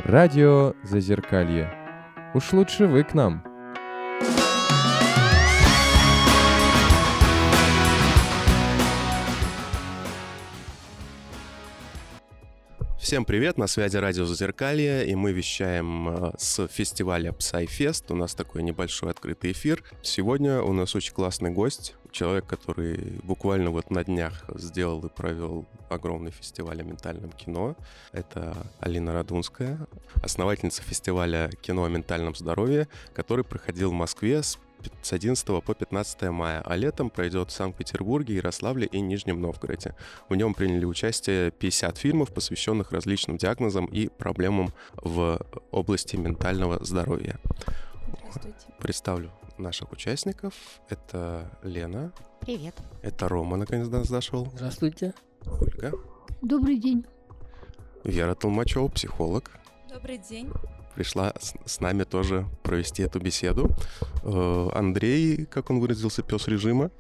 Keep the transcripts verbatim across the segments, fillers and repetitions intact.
Радио Зазеркалье. Уж лучше вы к нам. Всем привет, на связи радио Зазеркалье, и мы вещаем с фестиваля PsyFest. У нас такой небольшой открытый эфир. Сегодня у нас очень классный гость, человек, который буквально вот на днях сделал и провел огромный фестиваль о ментальном кино. Это Алина Радунская, основательница фестиваля кино о ментальном здоровье, который проходил в Москве с с одиннадцатого по пятнадцатое мая, а летом пройдет в Санкт-Петербурге, Ярославле и Нижнем Новгороде. В нем приняли участие пятьдесят фильмов, посвященных различным диагнозам и проблемам в области ментального здоровья. Здравствуйте. Представлю наших участников. Это Лена. Привет. Это Рома, наконец до нас дошел. Здравствуйте. Ольга. Добрый день. Вера Толмачева, психолог. Добрый день. Пришла с, с нами тоже провести эту беседу. Э, Андрей, как он выразился, пес режима.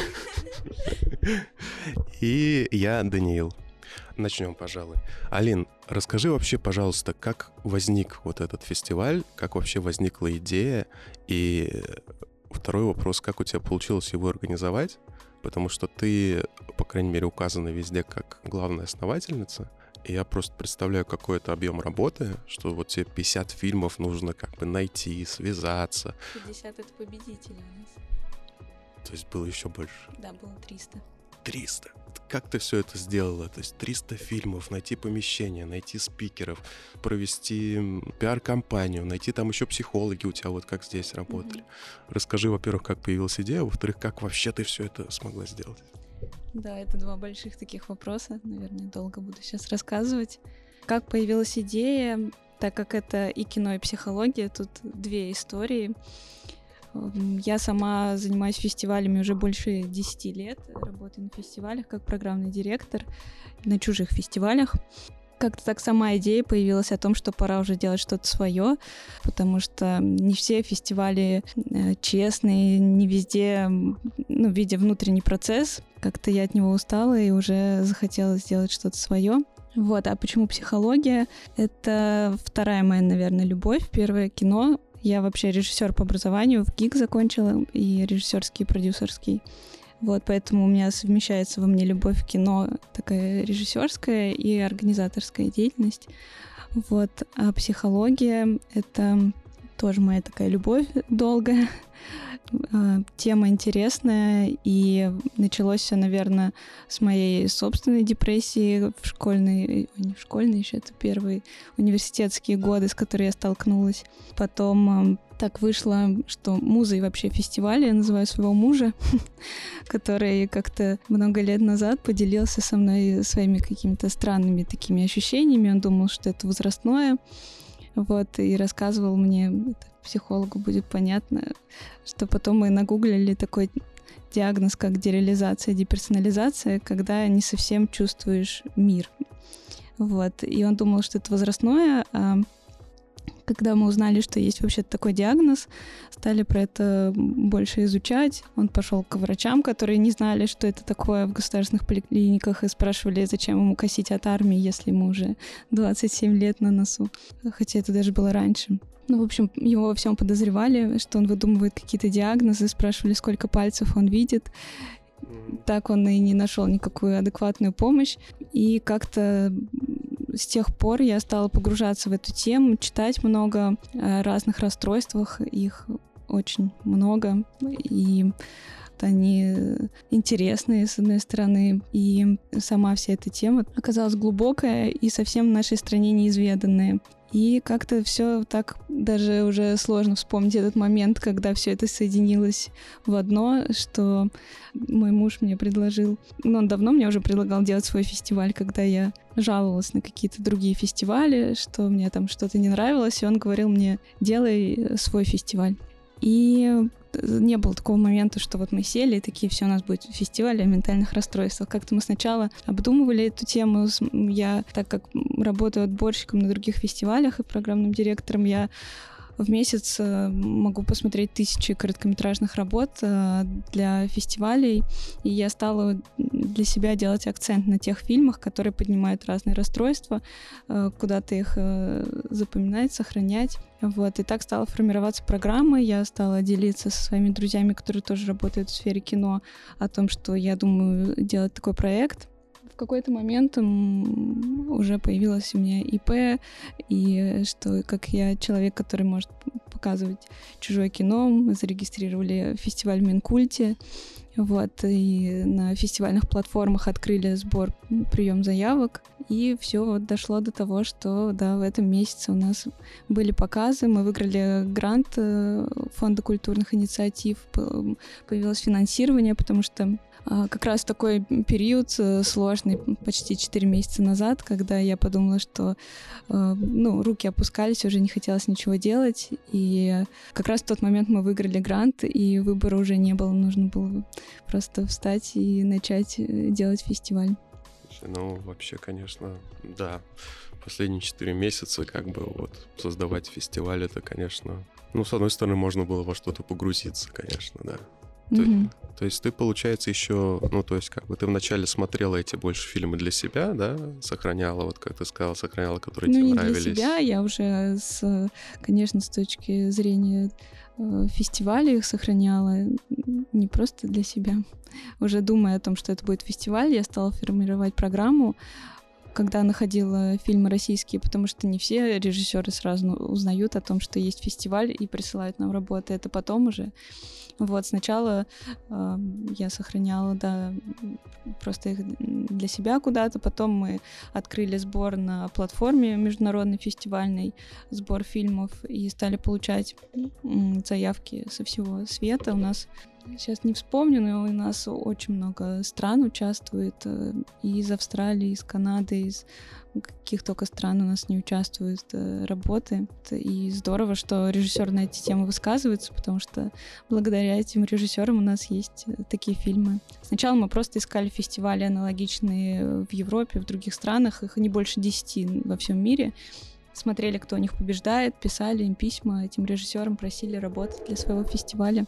И я, Даниил. Начнем, пожалуй. Алин, расскажи вообще, пожалуйста, как возник вот этот фестиваль, как вообще возникла идея, и второй вопрос, как у тебя получилось его организовать, потому что ты, по крайней мере, указана везде как главная основательница. И я просто представляю какой-то объем работы, что вот тебе пятьдесят фильмов нужно как бы найти, связаться. пятьдесят — это победители у нас. То есть было еще больше? Да, было триста. триста. Как ты все это сделала? То есть триста фильмов, найти помещение, найти спикеров, провести пиар-компанию, найти там еще психологи у тебя, вот как здесь работали. Mm-hmm. Расскажи, во-первых, как появилась идея, во-вторых, как вообще ты все это смогла сделать? Да, это два больших таких вопроса. Наверное, долго буду сейчас рассказывать. Как появилась идея, так как это и кино, и психология, тут две истории. Я сама занимаюсь фестивалями уже больше десяти лет, работаю на фестивалях как программный директор, на чужих фестивалях. Как-то так сама идея появилась о том, что пора уже делать что-то свое, потому что не все фестивали честные, не везде, ну, видя внутренний процесс, как-то я от него устала и уже захотела сделать что-то свое. Вот, а почему психология? Это вторая моя, наверное, любовь. Первое — кино. Я вообще режиссер по образованию, в ГИК закончила, и режиссерский, и продюсерский. Вот, поэтому у меня совмещается во мне любовь к кино, такая режиссерская и организаторская деятельность. Вот, а психология — это тоже моя такая любовь долгая. Тема интересная, и началось все, наверное, с моей собственной депрессии в школьные, не в школьные еще, это первые университетские годы, с которой я столкнулась. Потом так вышло, что музой вообще фестиваля, я называю своего мужа, который как-то много лет назад поделился со мной своими какими-то странными такими ощущениями. Он думал, что это возрастное. Вот, и рассказывал мне, это психологу будет понятно, что потом мы нагуглили такой диагноз, как дереализация, деперсонализация, когда не совсем чувствуешь мир. Вот, и он думал, что это возрастное, а когда мы узнали, что есть вообще такой диагноз, стали про это больше изучать. Он пошел к врачам, которые не знали, что это такое в государственных поликлиниках, и спрашивали, зачем ему косить от армии, если ему уже двадцать семь лет на носу. Хотя это даже было раньше. Ну, в общем, его во всем подозревали, что он выдумывает какие-то диагнозы, спрашивали, сколько пальцев он видит. Так он и не нашел никакую адекватную помощь. И как-то с тех пор я стала погружаться в эту тему, читать много о разных расстройствах, их очень много, и они интересные, с одной стороны, и сама вся эта тема оказалась глубокая и совсем в нашей стране неизведанная. И как-то все так даже уже сложно вспомнить этот момент, когда все это соединилось в одно, что мой муж мне предложил, ну, он давно мне уже предлагал делать свой фестиваль, когда я жаловалась на какие-то другие фестивали, что мне там что-то не нравилось, и он говорил мне: делай свой фестиваль. И не было такого момента, что вот мы сели и такие: все, у нас будет фестиваль о ментальных расстройствах. Как-то мы сначала обдумывали эту тему. Я, так как работаю отборщиком на других фестивалях и программным директором, я в месяц могу посмотреть тысячи короткометражных работ для фестивалей, и я стала для себя делать акцент на тех фильмах, которые поднимают разные расстройства, куда-то их запоминать, сохранять. Вот, и так стала формироваться программа, я стала делиться со своими друзьями, которые тоже работают в сфере кино, о том, что я думаю делать такой проект. В какой-то момент уже появилось у меня ИП, и что как я человек, который может показывать чужое кино, мы зарегистрировали фестиваль в Минкульте, вот, и на фестивальных платформах открыли сбор, прием заявок, и все вот дошло до того, что, да, в этом месяце у нас были показы, мы выиграли грант Фонда культурных инициатив, появилось финансирование, потому что как раз такой период сложный, почти четыре месяца назад, когда я подумала, что ну, руки опускались, уже не хотелось ничего делать. И как раз в тот момент мы выиграли грант, и выбора уже не было. Нужно было просто встать и начать делать фестиваль. Ну, вообще, конечно, да. Последние четыре месяца как бы вот создавать фестиваль, это, конечно... Ну, с одной стороны, можно было во что-то погрузиться, конечно, да. То, mm-hmm. то есть ты, получается, еще, ну, то есть как бы ты вначале смотрела эти больше фильмы для себя, да, сохраняла, вот как ты сказала, сохраняла, которые ну, тебе не нравились. Для себя, я уже, с, конечно, с точки зрения э, фестиваля их сохраняла, не просто для себя. Уже думая о том, что это будет фестиваль, я стала формировать программу, когда находила фильмы российские, потому что не все режиссеры сразу узнают о том, что есть фестиваль, и присылают нам работы. Это потом уже. Вот, сначала э, я сохраняла, да, просто их для себя куда-то, потом мы открыли сбор на платформе международной фестивальной, сбор фильмов, и стали получать м, заявки со всего света. У нас, сейчас не вспомню, но у нас очень много стран участвует, и из Австралии, из Канады, из каких только стран у нас не участвуют работы. И здорово, что режиссер на эти темы высказывается, потому что благодаря этим режиссерам у нас есть такие фильмы. Сначала мы просто искали фестивали аналогичные в Европе, в других странах, их не больше десяти во всем мире. Смотрели, кто у них побеждает, писали им письма этим режиссерам, просили работать для своего фестиваля.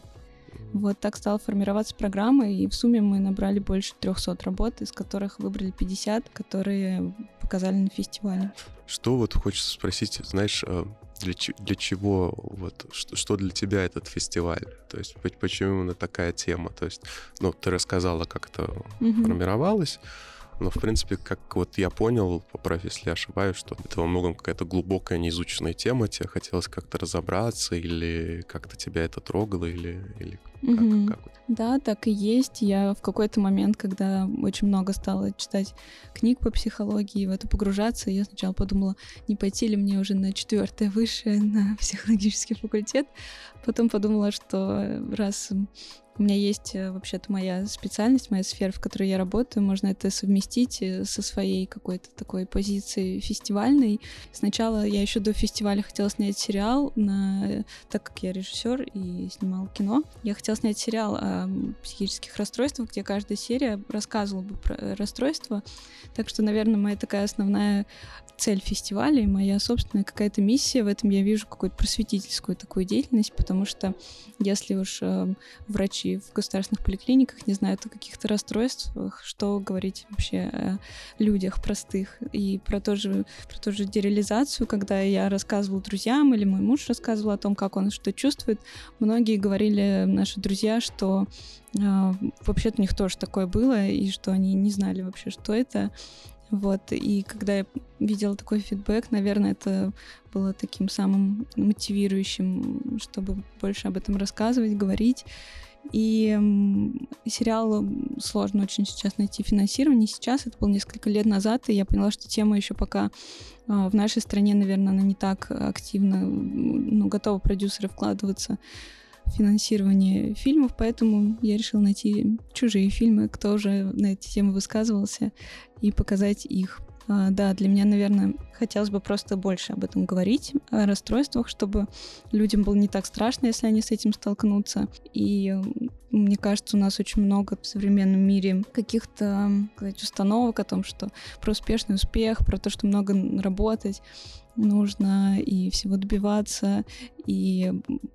Вот так стала формироваться программа, и в сумме мы набрали больше трехсот работ, из которых выбрали пятьдесят, которые показали на фестивале. Что вот хочется спросить, знаешь, для, для чего, вот, что, что для тебя этот фестиваль? То есть почему именно такая тема? То есть, ну, ты рассказала, как это mm-hmm. формировалось, но, в принципе, как вот я понял, поправь, если я ошибаюсь, что это во многом какая-то глубокая, неизученная тема, тебе хотелось как-то разобраться, или как-то тебя это трогало, или, или mm-hmm. как, как? Да, так и есть. Я в какой-то момент, когда очень много стала читать книг по психологии, в это погружаться, я сначала подумала, не пойти ли мне уже на четвертое высшее, на психологический факультет. Потом подумала, что раз... У меня есть вообще-то моя специальность, моя сфера, в которой я работаю. Можно это совместить со своей какой-то такой позицией фестивальной. Сначала я еще до фестиваля хотела снять сериал, на... так как я режиссер и снимала кино. Я хотела снять сериал о психических расстройствах, где каждая серия рассказывала бы про расстройства. Так что, наверное, моя такая основная цель фестиваля и моя собственная какая-то миссия в этом, я вижу какую-то просветительскую такую деятельность, потому что если уж э, врачи в государственных поликлиниках не знают о каких-то расстройствах, что говорить вообще о людях простых. И про, то же, про ту же дереализацию, когда я рассказывала друзьям, или мой муж рассказывал о том, как он что чувствует, многие говорили, наши друзья, что э, вообще-то у них тоже такое было, и что они не знали вообще, что это. Вот, и когда я видела такой фидбэк, наверное, это было таким самым мотивирующим, чтобы больше об этом рассказывать, говорить. И сериал сложно очень сейчас найти финансирование. Сейчас, это было несколько лет назад, и я поняла, что тема еще пока в нашей стране, наверное, она не так активно, ну, готовы продюсеры вкладываться в финансирование фильмов, поэтому я решила найти чужие фильмы, кто уже на эти темы высказывался, и показать их. А, да, для меня, наверное, хотелось бы просто больше об этом говорить, о расстройствах, чтобы людям было не так страшно, если они с этим столкнутся. И мне кажется, у нас очень много в современном мире каких-то, сказать, установок о том, что про успешный успех, про то, что много работать. нужно и всего добиваться. И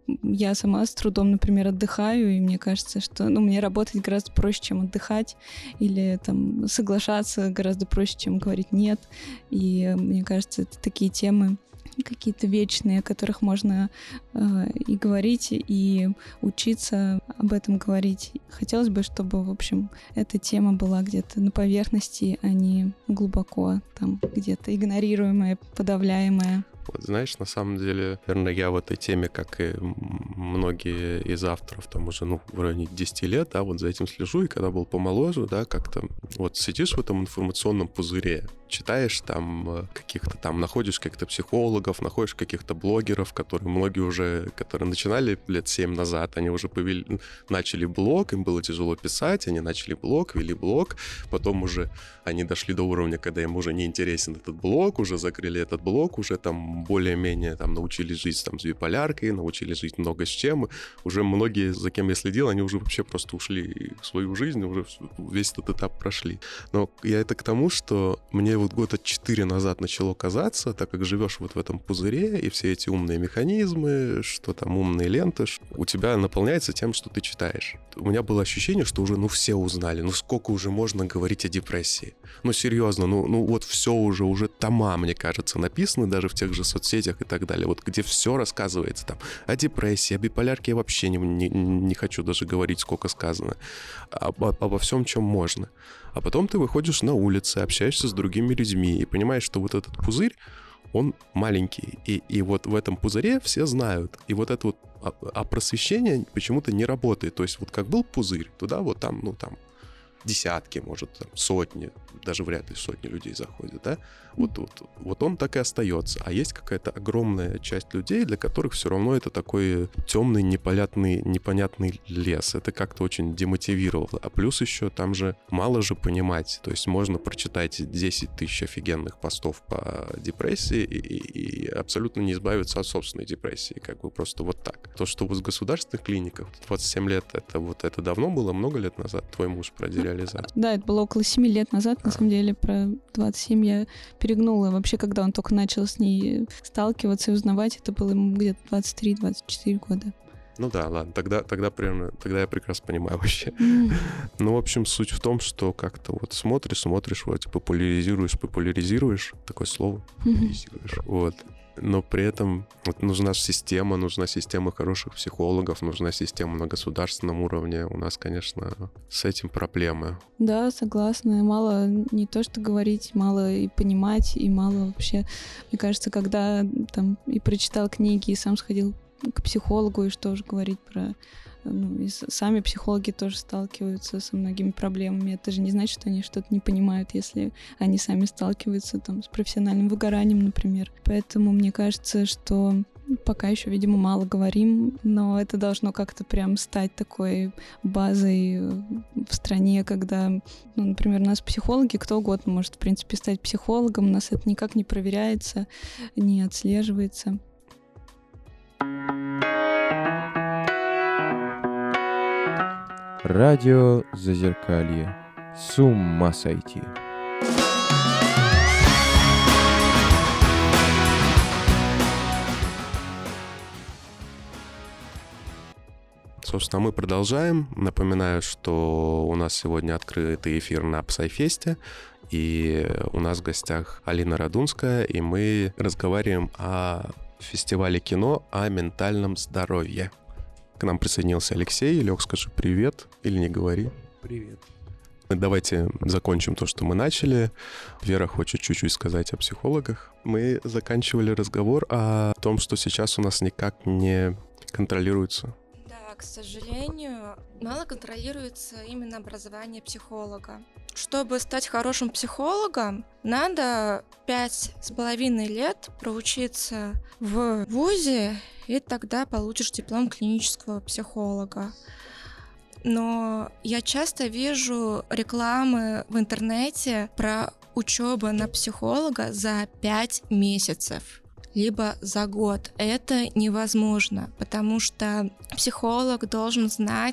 я сама с трудом, например, отдыхаю, и мне кажется, что ну, мне работать гораздо проще, чем отдыхать, или там соглашаться гораздо проще, чем говорить «нет». И мне кажется, это такие темы какие-то вечные, о которых можно э, и говорить, и учиться об этом говорить. Хотелось бы, чтобы, в общем, эта тема была где-то на поверхности, а не глубоко там где-то игнорируемая, подавляемая. Вот, знаешь, на самом деле, наверное, я в этой теме, как и многие из авторов, там уже, ну, в районе десяти лет, да, вот за этим слежу, и когда был помоложе, да, как-то вот сидишь в этом информационном пузыре, читаешь там каких-то там, находишь каких-то психологов, находишь каких-то блогеров, которые многие уже, которые начинали лет семь назад, они уже повели, начали блог, им было тяжело писать, они начали блог, вели блог, потом уже они дошли до уровня, когда им уже не интересен этот блог, уже закрыли этот блог, уже там более-менее там научились жить там с биполяркой, научились жить много с чем. Уже многие, за кем я следил, они уже вообще просто ушли в свою жизнь, уже весь этот этап прошли. Но я это к тому, что мне вот года четыре назад начало казаться, так как живешь вот в этом пузыре, и все эти умные механизмы, что там умные ленты, у тебя наполняется тем, что ты читаешь. У меня было ощущение, что уже, ну, все узнали, ну, сколько уже можно говорить о депрессии? Ну, серьезно, ну, ну вот все уже, уже тома, мне кажется, написаны даже в тех же соцсетях и так далее, вот где все рассказывается там о депрессии, о биполярке я вообще не, не, не хочу даже говорить, сколько сказано, об, обо всем, чем можно. А потом ты выходишь на улицы, общаешься с другими людьми и понимаешь, что вот этот пузырь, он маленький, и, и вот в этом пузыре все знают, и вот это вот, а, а просвещение почему-то не работает, то есть вот как был пузырь, туда вот там, ну там, десятки, может, там, сотни, даже вряд ли сотни людей заходят, да, вот, вот, вот он так и остается. А есть какая-то огромная часть людей, для которых все равно это такой темный, непонятный, непонятный лес. Это как-то очень демотивировало. А плюс еще там же мало же понимать. То есть можно прочитать десять тысяч офигенных постов по депрессии и, и, и абсолютно не избавиться от собственной депрессии. Как бы просто вот так. То, что в государственных клиниках двадцать семь лет, это вот это давно было, много лет назад твой муж про дереализацию? Да, это было около семи лет назад. На самом деле про двадцать семь я перегнула. Вообще, когда он только начал с ней сталкиваться и узнавать, это было ему где-то двадцать три - двадцать четыре года. Ну да, ладно, тогда, тогда, примерно, тогда я прекрасно понимаю вообще. Mm. Ну, в общем, суть в том, что как-то вот смотришь, смотришь, вроде популяризируешь, популяризируешь, такое слово, популяризируешь, mm-hmm. вот. Но при этом вот нужна система, нужна система хороших психологов, нужна система на государственном уровне. У нас, конечно, с этим проблемы. Да, согласна. Мало не то, что говорить, мало и понимать, и мало вообще. Мне кажется, когда там и прочитал книги, и сам сходил к психологу, и что уже говорить про... Ну, и сами психологи тоже сталкиваются со многими проблемами. Это же не значит, что они что-то не понимают, если они сами сталкиваются там с профессиональным выгоранием, например. Поэтому мне кажется, что пока еще, видимо, мало говорим, но это должно как-то прям стать такой базой в стране, когда, ну, например, у нас психологи, кто угодно может, в принципе, стать психологом, у нас это никак не проверяется, не отслеживается. Радио Зазеркалье. С ума сойти. Собственно, мы продолжаем. Напоминаю, что у нас сегодня открытый эфир на Псайфесте, и у нас в гостях Алина Радунская, и мы разговариваем о фестивале кино о ментальном здоровье. К нам присоединился Алексей. Лёг, скажи привет или не говори. Привет. Давайте закончим то, что мы начали. Вера хочет чуть-чуть сказать о психологах. Мы заканчивали разговор о том, что сейчас у нас никак не контролируется. Да, к сожалению, мало контролируется именно образование психолога. Чтобы стать хорошим психологом, надо пять с половиной лет проучиться в вузе, и тогда получишь диплом клинического психолога. Но я часто вижу рекламы в интернете про учебу на психолога за пять месяцев, либо за год. Это невозможно, потому что психолог должен знать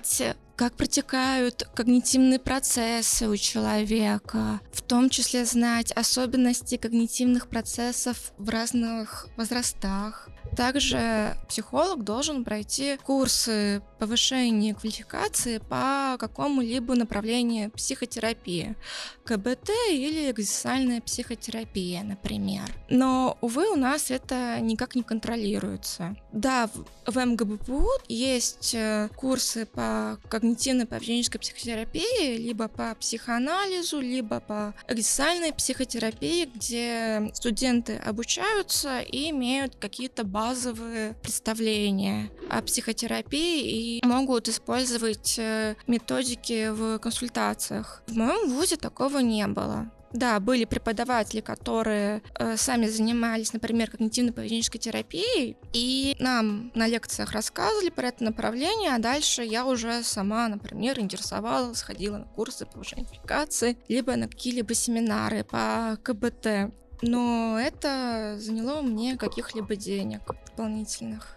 как протекают когнитивные процессы у человека, в том числе знать особенности когнитивных процессов в разных возрастах. Также психолог должен пройти курсы повышения квалификации по какому-либо направлению психотерапии, ка бэ тэ или экзистенциальная психотерапия, например. Но, увы, у нас это никак не контролируется. Да, в эм гэ бэ пэ у есть курсы по когнитивно-поведенческой психотерапии, либо по психоанализу, либо по экзистенциальной психотерапии, где студенты обучаются и имеют какие-то базовые представления о психотерапии и могут использовать методики в консультациях. В моем вузе такого не было. Да, были преподаватели, которые э, сами занимались, например, когнитивно-поведенческой терапией, и нам на лекциях рассказывали про это направление, а дальше я уже сама, например, интересовалась, ходила на курсы повышения квалификации, либо на какие-либо семинары по ка бэ тэ. Но это заняло мне каких-либо денег дополнительных.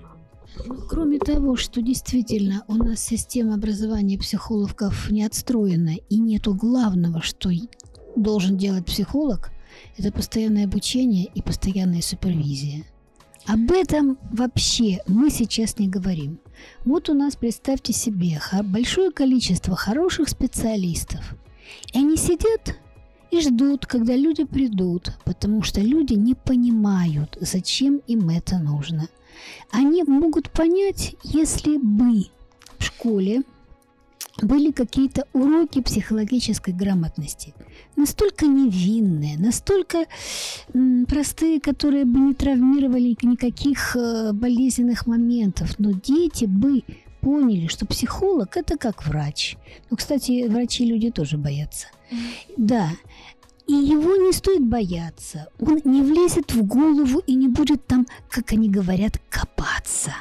Кроме того, что действительно у нас система образования психологов не отстроена, и нету главного, что должен делать психолог, это постоянное обучение и постоянная супервизия. Об этом вообще мы сейчас не говорим. Вот у нас, представьте себе, большое количество хороших специалистов, и они сидят и ждут, когда люди придут, потому что люди не понимают, зачем им это нужно. Они могут понять, если бы в школе были какие-то уроки психологической грамотности, настолько невинные, настолько м, простые, которые бы не травмировали никаких э, болезненных моментов, но дети бы поняли, что психолог – это как врач. Ну, кстати, врачи люди тоже боятся. Да. И его не стоит бояться. Он не влезет в голову и не будет там, как они говорят, копаться.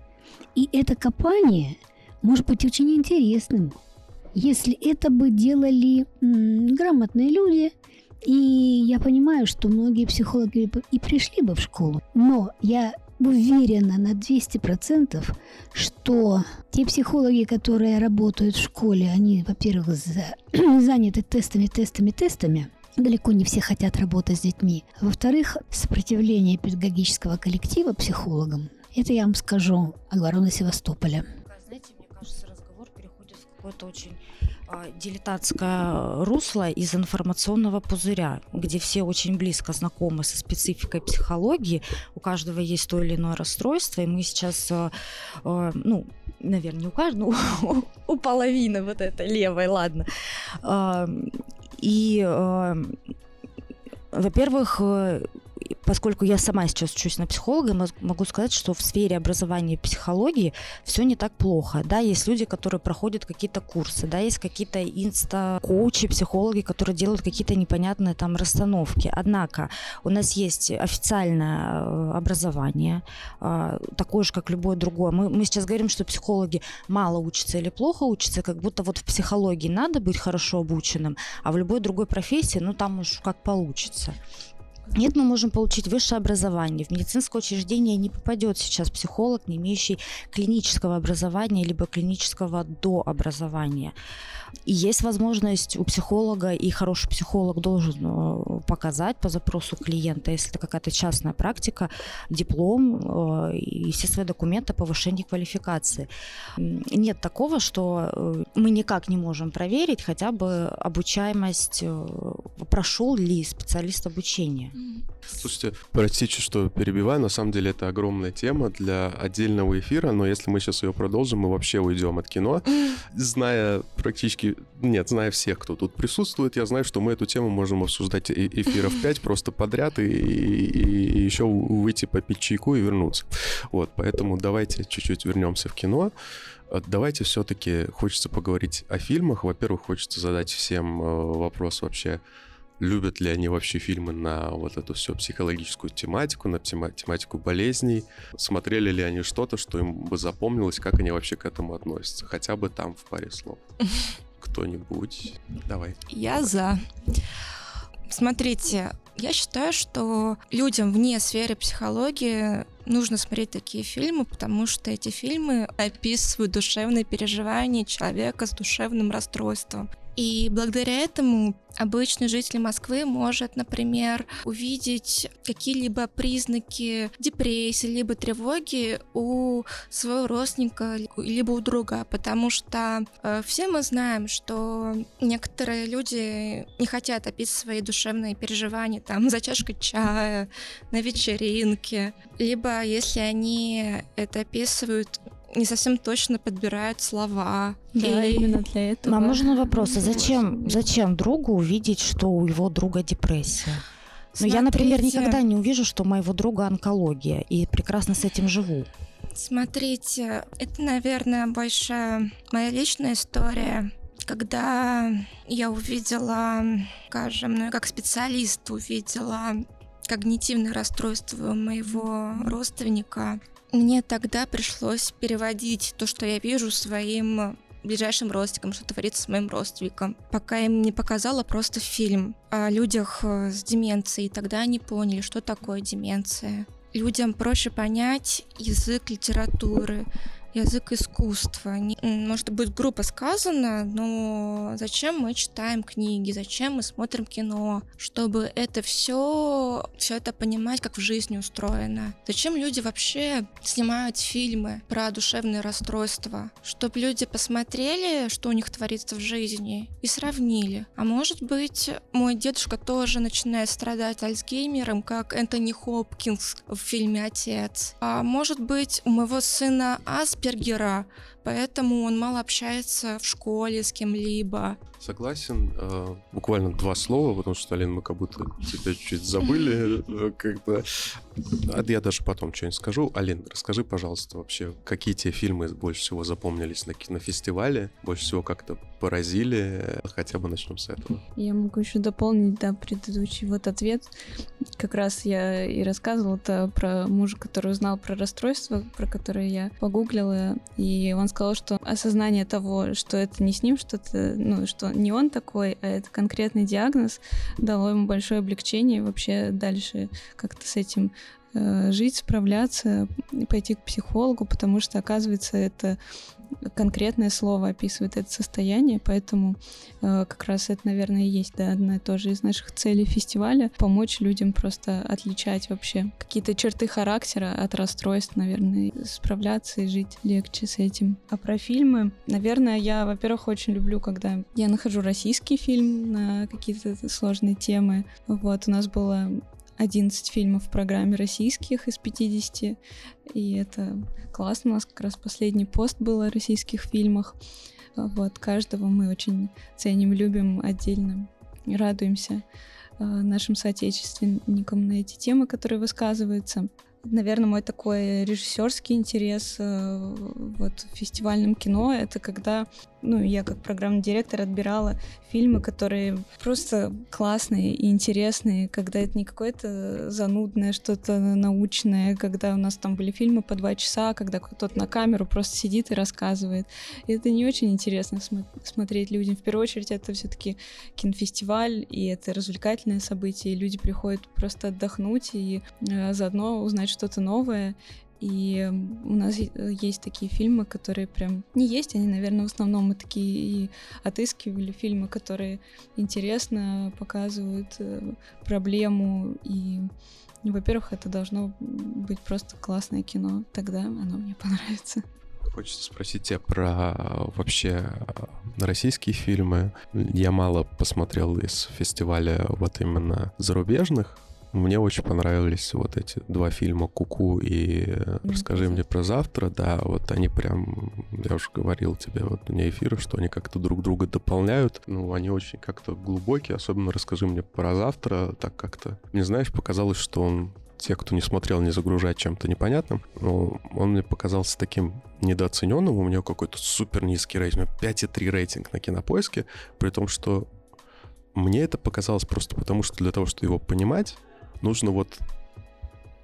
И это копание может быть очень интересным, если это бы делали м- грамотные люди. И я понимаю, что многие психологи и пришли бы в школу. Но я уверена на двести процентов, что те психологи, которые работают в школе, они, во-первых, за... заняты тестами, тестами, тестами. Далеко не все хотят работать с детьми. Во-вторых, сопротивление педагогического коллектива психологам. Это я вам скажу о обороне Севастополя. Знаете, мне кажется, разговор переходит в какое-то очень а, дилетантское русло из информационного пузыря, где все очень близко знакомы со спецификой психологии, у каждого есть то или иное расстройство, и мы сейчас, а, а, ну, наверное, не у каждого, у, у половины вот этой левой, ладно. А, и, а, во-первых, поскольку я сама сейчас учусь на психолога, могу сказать, что в сфере образования и психологии все не так плохо. Да, есть люди, которые проходят какие-то курсы, да, есть какие-то инста-коучи, психологи, которые делают какие-то непонятные там расстановки. Однако у нас есть официальное образование, такое же, как любое другое. Мы, мы сейчас говорим, что психологи мало учатся или плохо учатся, как будто вот в психологии надо быть хорошо обученным, а в любой другой профессии, ну, там уж как получится. Нет, мы можем получить высшее образование. В медицинское учреждение не попадет сейчас психолог, не имеющий клинического образования, либо клинического дообразования. И есть возможность у психолога, и хороший психолог должен показать по запросу клиента, если это какая-то частная практика, диплом и все свои документы о повышении квалификации. Нет такого, что мы никак не можем проверить хотя бы обучаемость, прошел ли специалист обучения. Слушайте, простите, что перебиваю, на самом деле это огромная тема для отдельного эфира, но если мы сейчас ее продолжим, мы вообще уйдем от кино. Зная практически, нет, зная всех, кто тут присутствует, я знаю, что мы эту тему можем обсуждать э- эфиров пять просто подряд и, и, и еще выйти попить чайку и вернуться. Вот, поэтому давайте чуть-чуть вернемся в кино. Давайте все-таки, хочется поговорить о фильмах. Во-первых, хочется задать всем вопрос вообще, любят ли они вообще фильмы на вот эту всю психологическую тематику, на тема- тематику болезней? Смотрели ли они что-то, что им бы запомнилось, как они вообще к этому относятся? Хотя бы там в паре слов. Кто-нибудь? Давай. Я за. Смотрите, Я считаю, что людям вне сферы психологии нужно смотреть такие фильмы, потому что эти фильмы описывают душевные переживания человека с душевным расстройством. И благодаря этому обычный житель Москвы может, например, увидеть какие-либо признаки депрессии либо тревоги у своего родственника либо у друга, потому что э, все мы знаем, что некоторые люди не хотят описывать свои душевные переживания там за чашкой чая, на вечеринке, либо если они это описывают, не совсем точно подбирают слова. Да, и... именно для этого. А можно вопрос, а зачем, зачем другу увидеть, что у его друга депрессия? Ну, я, например, никогда не увижу, что у моего друга онкология, и прекрасно с этим живу. Смотрите, это, наверное, больше моя личная история. Когда я увидела, скажем, ну, как специалист увидела когнитивное расстройство у моего родственника, мне тогда пришлось переводить то, что я вижу, своим ближайшим родственникам, что творится с моим родственником. Пока я им не показала просто фильм о людях с деменцией, тогда они поняли, что такое деменция. Людям проще понять язык литературы, язык искусства. Может быть, грубо сказано, но зачем мы читаем книги, зачем мы смотрим кино, чтобы это все, все это понимать, как в жизни устроено. Зачем люди вообще снимают фильмы про душевные расстройства? Чтобы люди посмотрели, что у них творится в жизни, и сравнили. А может быть, мой дедушка тоже начинает страдать Альцгеймером, как Энтони Хопкинс в фильме «Отец». А может быть, у моего сына Аспергера, поэтому он мало общается в школе с кем-либо. Согласен. Э, буквально два слова, потому что, Алин, мы как будто тебя чуть-чуть забыли. Как-то. А я даже потом что-нибудь скажу. Алин, расскажи, пожалуйста, вообще, какие тебе фильмы больше всего запомнились на кинофестивале, больше всего как-то поразили? Хотя бы начнем с этого. Я могу еще дополнить, да, предыдущий вот ответ. Как раз я и рассказывала-то про мужа, который узнал про расстройство, про которое я погуглила, и он сказал, что осознание того, что это не с ним, что-то, ну, что не он такой, а это конкретный диагноз, дало ему большое облегчение вообще дальше как-то с этим э, жить, справляться, пойти к психологу, потому что, оказывается, это конкретное слово описывает это состояние, поэтому э, как раз это, наверное, и есть, да, одна тоже из наших целей фестиваля — помочь людям просто отличать вообще какие-то черты характера от расстройств, наверное, справляться и жить легче с этим. А про фильмы, наверное, я, во-первых, очень люблю, когда я нахожу российский фильм на какие-то сложные темы. Вот, у нас было одиннадцать фильмов в программе российских из пятидесяти, и это классно. У нас как раз последний пост был о российских фильмах. Вот, каждого мы очень ценим, любим отдельно, радуемся нашим соотечественникам на эти темы, которые высказываются. Наверное, мой такой режиссерский интерес вот в фестивальном кино — это когда, ну, я как программный директор отбирала фильмы, которые просто классные и интересные, когда это не какое-то занудное, что-то научное, когда у нас там были фильмы по два часа, когда кто-то на камеру просто сидит и рассказывает. И это не очень интересно см- смотреть людям. В первую очередь, это все-таки кинофестиваль, и это развлекательное событие, и люди приходят просто отдохнуть и э, заодно узнать что-то новое. И у нас есть такие фильмы, которые прям не есть, они, наверное, в основном мы такие и отыскивали фильмы, которые интересно показывают проблему. И, во-первых, это должно быть просто классное кино, тогда оно мне понравится. Хочется спросить тебя про вообще российские фильмы. Я мало посмотрел из фестиваля вот именно зарубежных. Мне очень понравились вот эти два фильма «Ку-ку» и «Расскажи мне про завтра». Да, вот они прям, я уже говорил тебе вот вне эфира, что они как-то друг друга дополняют. Ну, они очень как-то глубокие, особенно «Расскажи мне про завтра». Так как-то, мне, знаешь, показалось, что он, те, кто не смотрел, не загружать чем-то непонятным, но он мне показался таким недооцененным. У него какой-то супер низкий рейтинг, пять и три рейтинг на Кинопоиске, при том, что мне это показалось просто потому, что для того, чтобы его понимать, нужно вот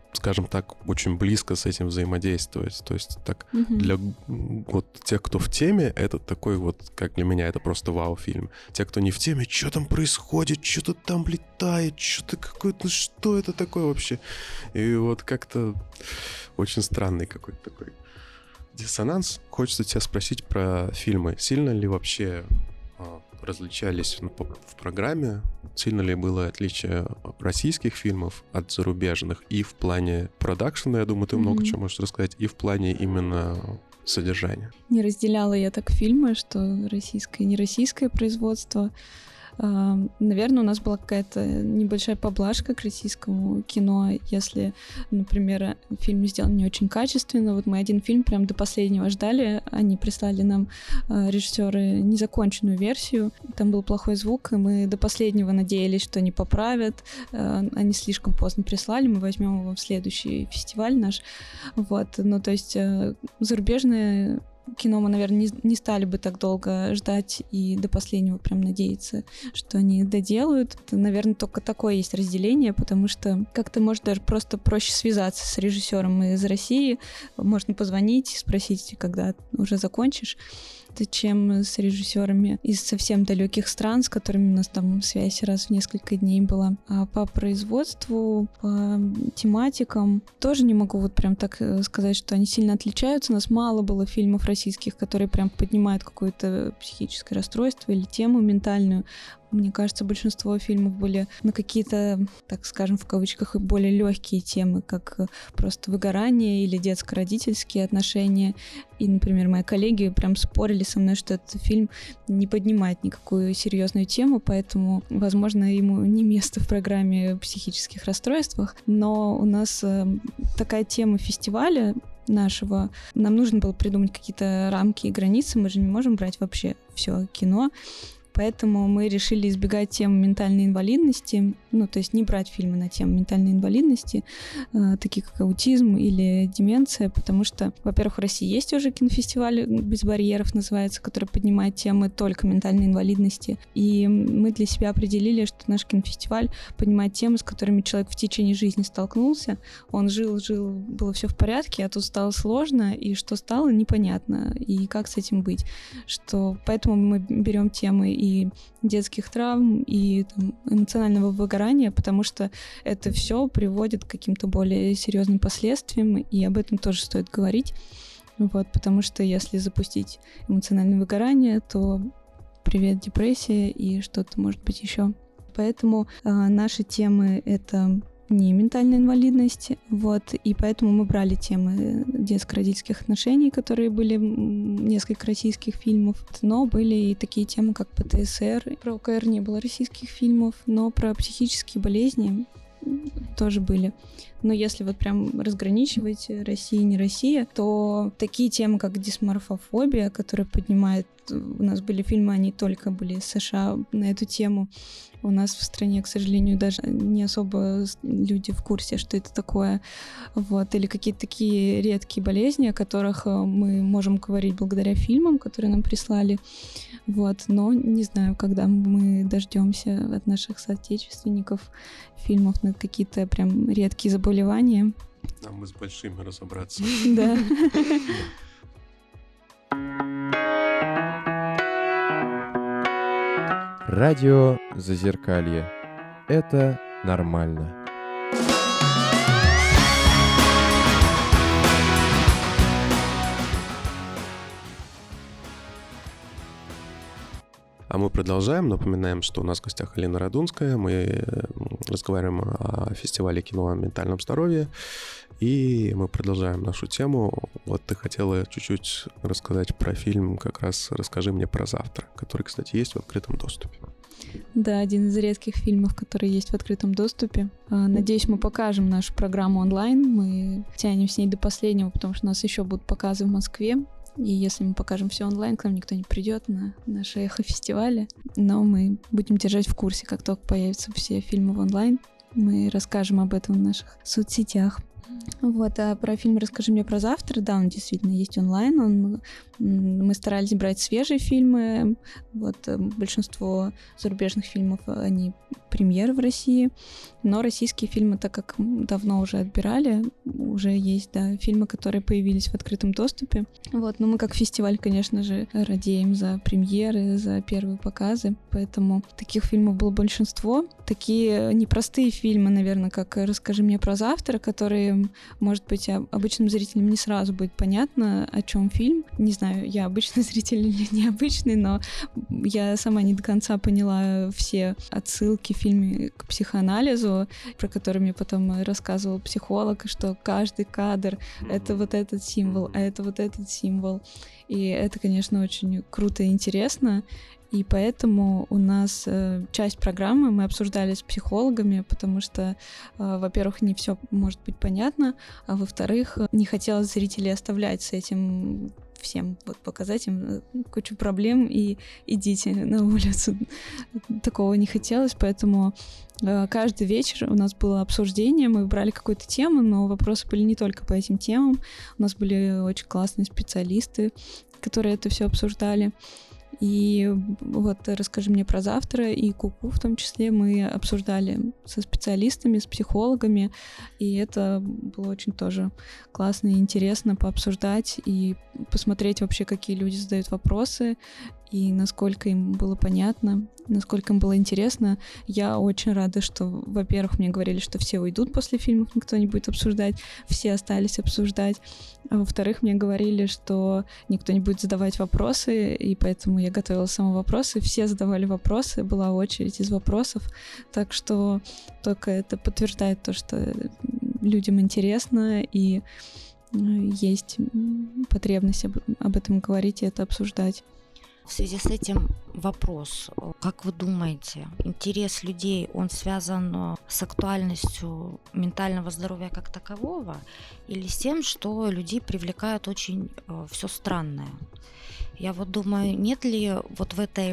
скажем так, очень близко с этим взаимодействовать. То есть так Мгм. для вот тех, кто в теме, это такой вот, как для меня, это просто вау-фильм. Те, кто не в теме, что там происходит, что-то там летает, что-то какое-то, что это такое вообще? И вот как-то очень странный какой-то такой диссонанс. Хочется тебя спросить про фильмы. Сильно ли вообще а, различались ну, по- в программе? Сильно ли было отличие российских фильмов от зарубежных? И в плане продакшена, я думаю, ты много Мгм. чего можешь рассказать, и в плане именно содержания. Не разделяла я так фильмы, что российское и нероссийское производство. А, Наверное, у нас была какая-то небольшая поблажка к российскому кино, если, например, фильм сделан не очень качественно. Вот мы один фильм прям до последнего ждали, они прислали нам, а, режиссеры, незаконченную версию, там был плохой звук, и мы до последнего надеялись, что они поправят. А, Они слишком поздно прислали, мы возьмем его в следующий фестиваль наш. Вот, ну то есть э, зарубежные кино мы, наверное, не, не стали бы так долго ждать и до последнего прям надеяться, что они доделают. Это, наверное, только такое есть разделение, потому что как-то, может, даже просто проще связаться с режиссером из России. Можно позвонить, спросить, когда уже закончишь, чем с режиссерами из совсем далеких стран, с которыми у нас там связь раз в несколько дней была. А по производству, по тематикам тоже не могу вот прям так э, сказать, что они сильно отличаются. У нас мало было фильмов российских, которые прям поднимают какое-то психическое расстройство или тему ментальную. Мне кажется, большинство фильмов были на какие-то, так скажем, в кавычках, и более легкие темы, как просто выгорание или детско-родительские отношения. И, например, мои коллеги прям спорили со мной, что этот фильм не поднимает никакую серьезную тему, поэтому, возможно, ему не место в программе психических расстройствах. Но у нас э, такая тема фестиваля нашего, нам нужно было придумать какие-то рамки и границы, мы же не можем брать вообще все кино. Поэтому мы решили избегать темы ментальной инвалидности, ну, то есть не брать фильмы на тему ментальной инвалидности, э, такие как аутизм или деменция, потому что, во-первых, в России есть уже кинофестиваль «Без барьеров» называется, который поднимает темы только ментальной инвалидности, и мы для себя определили, что наш кинофестиваль поднимает темы, с которыми человек в течение жизни столкнулся, он жил, жил, было все в порядке, а тут стало сложно, и что стало, непонятно, и как с этим быть, что поэтому мы берем темы и и детских травм, и там, эмоционального выгорания, потому что это все приводит к каким-то более серьезным последствиям, и об этом тоже стоит говорить. Вот, потому что если запустить эмоциональное выгорание, то привет, депрессия и что-то может быть еще. Поэтому а, наши темы — это не ментальная инвалидность, вот, и поэтому мы брали темы детско-родительских отношений, которые были несколько российских фильмов, но были и такие темы, как пэ тэ эс эр. Про о ка эр не было российских фильмов, но про психические болезни тоже были. Но если вот прям разграничивать Россия и не Россия, то такие темы, как дисморфофобия, которая поднимает... У нас были фильмы, они только были из США на эту тему. У нас в стране, к сожалению, даже не особо люди в курсе, что это такое. Вот. Или какие-то такие редкие болезни, о которых мы можем говорить благодаря фильмам, которые нам прислали. Вот. Но не знаю, когда мы дождемся от наших соотечественников фильмов на какие-то прям редкие заболевания. Нам бы с большими разобраться. Да. Радио Зазеркалье. Это нормально. А мы продолжаем. Напоминаем, что у нас в гостях Алина Радунская. Мы разговариваем о фестивале кино о ментальном здоровье. И мы продолжаем нашу тему. Вот ты хотела чуть-чуть рассказать про фильм, как раз «Расскажи мне про завтра», который, кстати, есть в открытом доступе. Да, один из редких фильмов, который есть в открытом доступе. Надеюсь, мы покажем нашу программу онлайн. Мы тянем с ней до последнего, потому что у нас еще будут показы в Москве. И если мы покажем все онлайн, к нам никто не придет на наши эхо-фестивали. Но мы будем держать в курсе, как только появятся все фильмы в онлайн. Мы расскажем об этом в наших соцсетях. Вот, а про фильм «Расскажи мне про завтра», да, он действительно есть онлайн, он, мы старались брать свежие фильмы, вот, большинство зарубежных фильмов, они премьеры в России, но российские фильмы, так как давно уже отбирали, уже есть, да, фильмы, которые появились в открытом доступе, вот, но мы как фестиваль, конечно же, радеем за премьеры, за первые показы, поэтому таких фильмов было большинство, такие непростые фильмы, наверное, как «Расскажи мне про завтра», которые, может быть, обычным зрителям не сразу будет понятно, о чем фильм. Не знаю, я обычный зритель или необычный, но я сама не до конца поняла все отсылки в фильме к психоанализу, про который мне потом рассказывал психолог, что каждый кадр — это вот этот символ, а это вот этот символ. И это, конечно, очень круто и интересно. И поэтому у нас э, часть программы мы обсуждали с психологами, потому что, э, во-первых, не все может быть понятно, а во-вторых, не хотелось зрителей оставлять с этим всем, вот показать им кучу проблем и идите на улицу. Такого не хотелось, поэтому э, каждый вечер у нас было обсуждение, мы выбрали какую-то тему, но вопросы были не только по этим темам, у нас были очень классные специалисты, которые это все обсуждали. И вот «Расскажи мне про завтра» и «Ку-ку» в том числе мы обсуждали со специалистами, с психологами, и это было очень тоже классно и интересно пообсуждать и посмотреть вообще, какие люди задают вопросы, и насколько им было понятно, насколько им было интересно. Я очень рада, что, во-первых, мне говорили, что все уйдут после фильмов, никто не будет обсуждать, все остались обсуждать. А во-вторых, мне говорили, что никто не будет задавать вопросы, и поэтому я готовила сама вопросы. Все задавали вопросы, была очередь из вопросов, так что только это подтверждает то, что людям интересно, и есть потребность об, об этом говорить и это обсуждать. В связи с этим вопрос. Как вы думаете, интерес людей, он связан с актуальностью ментального здоровья как такового или с тем, что людей привлекает очень э, все странное? Я вот думаю, нет ли вот в этой,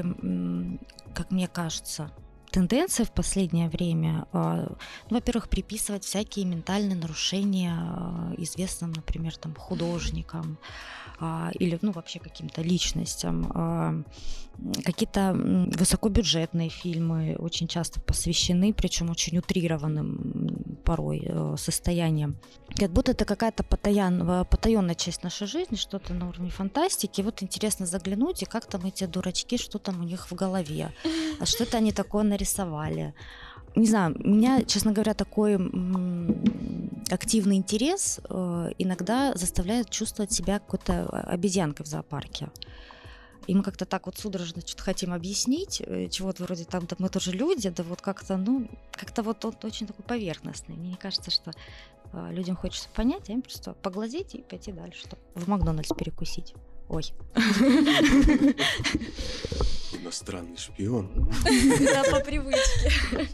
как мне кажется, тенденция в последнее время, ну, во-первых, приписывать всякие ментальные нарушения известным, например, там, художникам или, ну, вообще каким-то личностям. Какие-то высокобюджетные фильмы очень часто посвящены, причем очень утрированным порой состоянием. Как будто это какая-то потаянная, потаенная часть нашей жизни, что-то на уровне фантастики. И вот интересно заглянуть, и как там эти дурачки, что там у них в голове, а что это они такое нарисовали. Не знаю, меня, честно говоря, такой м- активный интерес э, иногда заставляет чувствовать себя какой-то обезьянкой в зоопарке. И мы как-то так вот судорожно что-то хотим объяснить, чего-то вроде там, да мы тоже люди, да вот как-то, ну, как-то вот он очень такой поверхностный. Мне кажется, что э, людям хочется понять, а им просто поглазеть и пойти дальше, чтобы в Макдональдс перекусить. Ой. Иностранный шпион. Да, по привычке.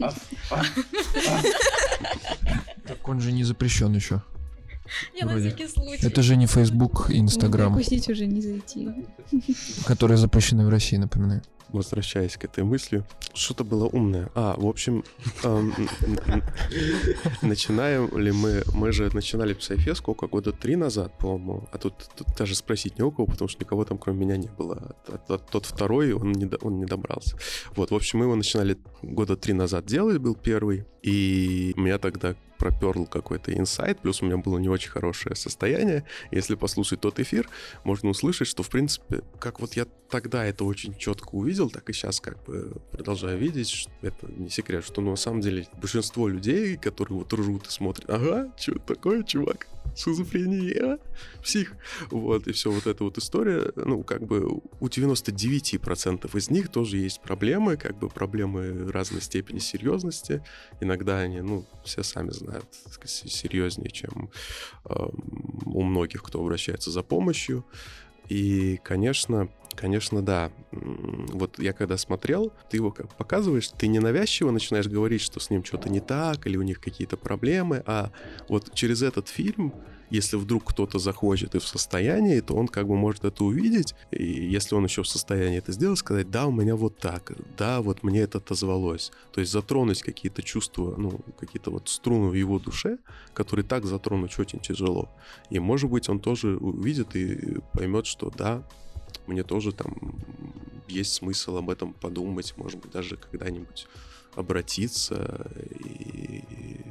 Так он же не запрещен еще. Я на всякий случай. Это же не Facebook и Instagram, Перекусить уже не зайти. которые запрещены в России, напоминаю. Возвращаясь к этой мысли, что-то было умное. А, в общем, эм, начинаем ли мы... Мы же начинали PsyFest сколько? Года три назад, по-моему. А тут, тут даже спросить не у кого, потому что никого там кроме меня не было. А, а, тот второй, он не, он не добрался. Вот, в общем, мы его начинали года три назад делать, был первый. И меня тогда проперл какой-то инсайт, плюс у меня было не очень хорошее состояние. Если послушать тот эфир, можно услышать, что, в принципе, как вот я тогда это очень четко увидел, так и сейчас как бы продолжаю видеть, что это не секрет, что ну, на самом деле большинство людей, которые вот ржут и смотрят, ага, что такое, чувак, шизофрения, псих, вот, и все вот эта вот история, ну, как бы у девяноста девяти процентов из них тоже есть проблемы, как бы проблемы разной степени серьезности, иногда они, ну, все сами знают, серьезнее, чем э, у многих, кто обращается за помощью. И, конечно, Конечно, да. Вот я когда смотрел, ты его как показываешь, ты ненавязчиво начинаешь говорить, что с ним что-то не так, или у них какие-то проблемы, а вот через этот фильм, если вдруг кто-то захочет и в состоянии, то он как бы может это увидеть, и если он еще в состоянии это сделать, сказать: да, у меня вот так, да, вот мне это отозвалось. То есть затронуть какие-то чувства, ну, какие-то вот струны в его душе, которые так затронуть очень тяжело. И, может быть, он тоже увидит и поймет, что да, мне тоже там есть смысл об этом подумать, может быть, даже когда-нибудь обратиться и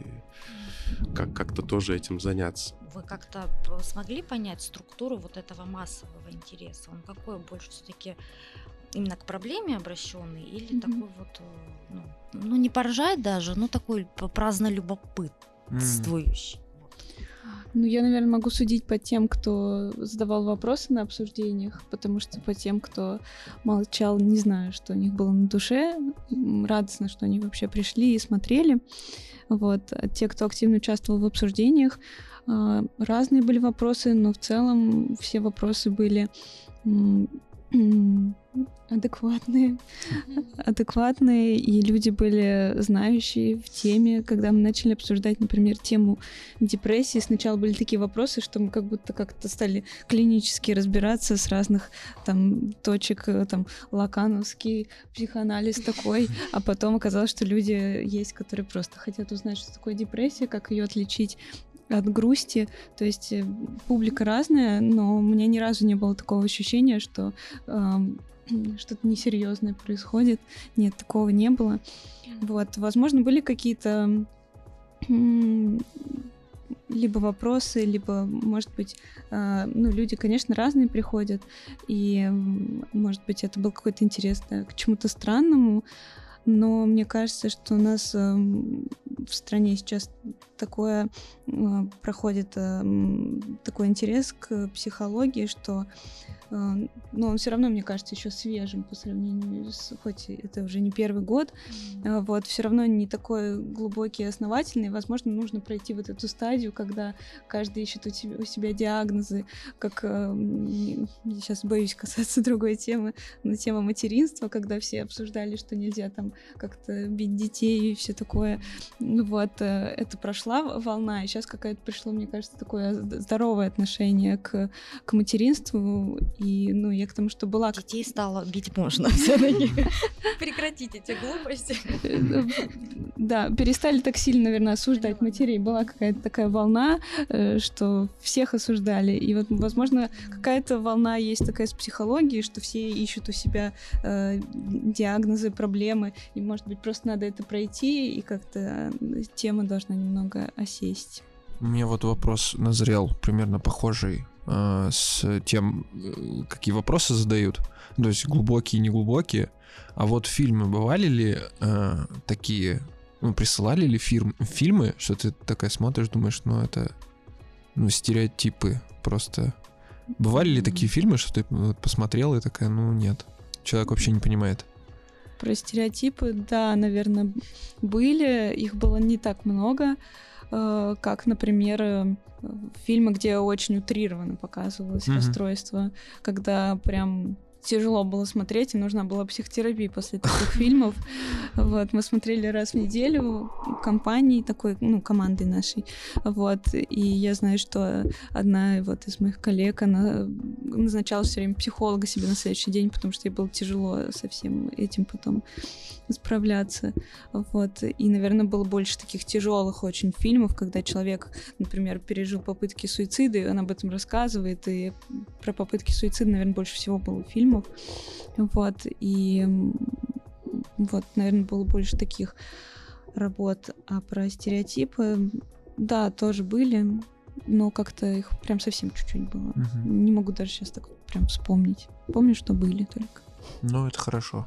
как- как-то тоже этим заняться. Вы как-то смогли понять структуру вот этого массового интереса? Он какой больше все-таки именно к проблеме обращенный или Мгм. такой вот, э, ну, ну, не поржать даже, но такой п- праздно любопытствующий? Вот. Ну, я, наверное, могу судить по тем, кто задавал вопросы на обсуждениях, потому что по тем, кто молчал, не знаю, что у них было на душе. М, Радостно, что они вообще пришли и смотрели. Вот. А те, кто активно участвовал в обсуждениях, а, разные были вопросы, но в целом все вопросы были м, м, адекватные, адекватные, и люди были знающие в теме. Когда мы начали обсуждать, например, тему депрессии, сначала были такие вопросы, что мы как будто как-то стали клинически разбираться с разных там точек, э, там лакановский психоанализ такой, а потом оказалось, что люди есть, которые просто хотят узнать, что такое депрессия, как ее отличить от грусти. То есть э, публика разная, но у меня ни разу не было такого ощущения, что эм, что-то несерьезное происходит. Нет, такого не было. Вот, возможно, были какие-то м, либо вопросы, либо, может быть, э, ну, люди, конечно, разные приходят, и, м, может быть, это был какой-то интерес, да, к чему-то странному, но мне кажется, что у нас эм, в стране сейчас такое э, проходит эм, такой интерес к психологии, что э, ну, он все равно, мне кажется, еще свежим по сравнению с, хоть это уже не первый год, э, вот, все равно не такой глубокий и основательный. Возможно, нужно пройти вот эту стадию, когда каждый ищет у себя, у себя диагнозы, как э, не- я сейчас боюсь касаться другой темы, но тема материнства, когда все обсуждали, что нельзя там как-то бить детей и все такое. Ну вот, э, это прошла в- волна, и сейчас какое-то пришло, мне кажется, такое з- здоровое отношение к, к материнству, и, ну, я к тому, что была... как- Детей стало бить можно все-таки. Прекратите эти глупости. э, Да, перестали так сильно, наверное, осуждать матерей. Была какая-то такая волна, э, что всех осуждали. И вот, возможно, какая-то волна есть такая с психологией, что все ищут у себя э, диагнозы, проблемы, и, может быть, просто надо это пройти, и как-то э, тема должна немного осесть. У меня вот вопрос назрел, примерно похожий э, с тем, э, какие вопросы задают. То есть глубокие и неглубокие. А вот фильмы бывали ли э, такие, ну, присылали ли фирм, фильмы, что ты такая смотришь, думаешь, ну, это ну, стереотипы просто. Бывали ли такие фильмы, что ты вот, посмотрела и такая, ну, нет, человек вообще не понимает? Про стереотипы, да, наверное, были. Их было не так много, э, как, например, э, фильмы, где очень утрированно показывалось Мгм. расстройство, когда прям тяжело было смотреть, и нужна была психотерапия после таких фильмов. Вот, мы смотрели раз в неделю компанией такой, ну, командой нашей. Вот, и я знаю, что одна вот из моих коллег, она назначала все время психолога себе на следующий день, потому что ей было тяжело со всем этим потом справляться. Вот, и, наверное, было больше таких тяжелых очень фильмов, когда человек, например, пережил попытки суицида, и он об этом рассказывает, и про попытки суицида, наверное, больше всего было фильмов. Вот, и м, вот, наверное, было больше таких работ. А про стереотипы, да, тоже были, но как-то их прям совсем чуть-чуть было. Мгм. Не могу даже сейчас так прям вспомнить. Помню, что были только. Ну, это хорошо.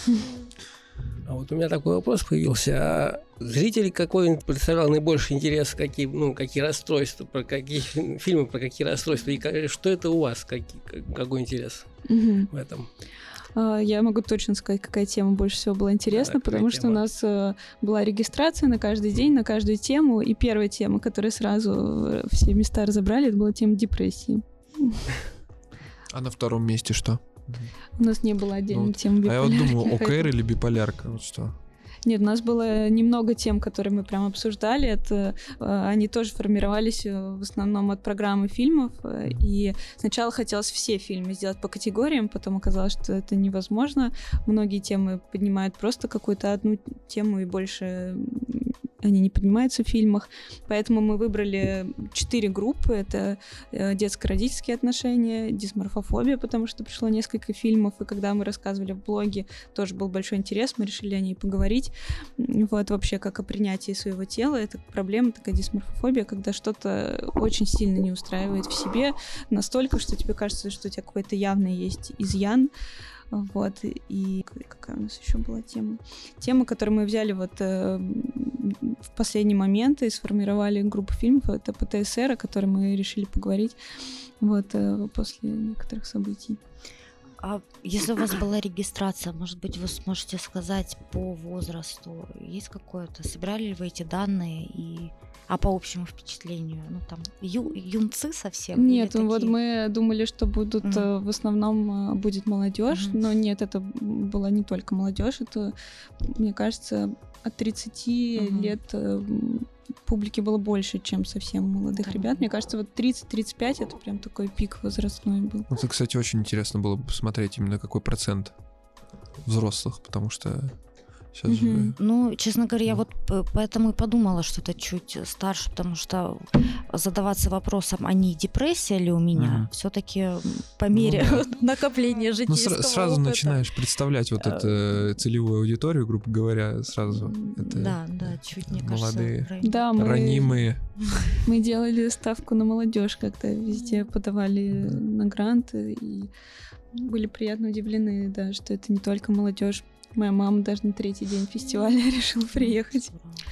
А вот у меня такой вопрос появился. А зритель какой представлял наибольший интерес, какие, ну, какие расстройства, про какие фильмы, про какие расстройства, и ка- что это у вас, какие, как- какой интерес Мгм. в этом? А, Я могу точно сказать, какая тема больше всего была интересна, Да, какая потому что у тема? нас э, была регистрация на каждый день, на каждую тему, и первая тема, которая сразу э, все места разобрали, это была тема депрессии. А на втором месте что? У нас не было отдельной Вот. темы А я вот биполярки. думаю, ОКР поэтому- или биполярка, вот что. Нет, у нас было немного тем, которые мы прям обсуждали. Это э, они тоже формировались э, в основном от программы фильмов. э, И сначала хотелось все фильмы сделать по категориям, потом оказалось, что это невозможно. Многие темы поднимают просто какую-то одну тему и больше м, они не поднимаются в фильмах. Поэтому мы выбрали четыре группы. Это э, детско-родительские отношения, дисморфофобия, потому что пришло несколько фильмов, и когда мы рассказывали в блоге, тоже был большой интерес, мы решили о ней поговорить. Вот вообще как о принятии своего тела. Это проблема, такая дисморфофобия, когда что-то очень сильно не устраивает в себе, настолько, что тебе кажется, что у тебя какой-то явный есть изъян. Вот, и какая у нас еще была тема? Тема, которую мы взяли вот э, в последний момент и сформировали группу фильмов, это ПТСР, о которой мы решили поговорить вот э, после некоторых событий. А если у вас была регистрация, может быть, вы сможете сказать по возрасту, есть какое-то, собирали ли вы эти данные, и а по общему впечатлению, ну там ю, юнцы совсем? Нет, или вот такие? мы думали, что будут Мгм. э, в основном э, будет молодежь, Мгм. но нет, это была не только молодежь, это, мне кажется, от тридцати Мгм. лет э, м, публики было больше, чем совсем молодых Да. ребят. Мне кажется, вот тридцать-тридцать пять это прям такой пик возрастной был. Вот, кстати, очень интересно было бы посмотреть именно какой процент взрослых, потому что сейчас же... Мгм. Ну, честно говоря, я Ну. вот п- поэтому и подумала, что это чуть старше, потому что задаваться вопросом, а не депрессия ли у меня, Мгм. все-таки по мере да. накопления Ну, житейского сра- сразу опыта. начинаешь представлять вот Э, эту целевую аудиторию, грубо говоря, сразу. М, Это Да, да, чуть, мне молодые. кажется, в районе. Да, мы, ранимые. мы делали ставку на молодежь, когда везде подавали на гранты, и были приятно удивлены, да, что это не только молодежь. Моя мама даже на третий день фестиваля решила приехать.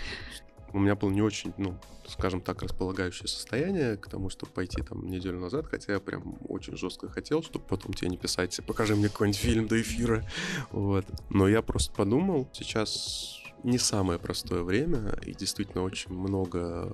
У меня было не очень, ну, скажем так, располагающее состояние к тому, чтобы пойти там неделю назад, хотя я прям очень жестко хотел, чтобы потом тебе не писать, покажи мне какой-нибудь фильм до эфира, вот. Но я просто подумал, сейчас не самое простое время, и действительно очень много,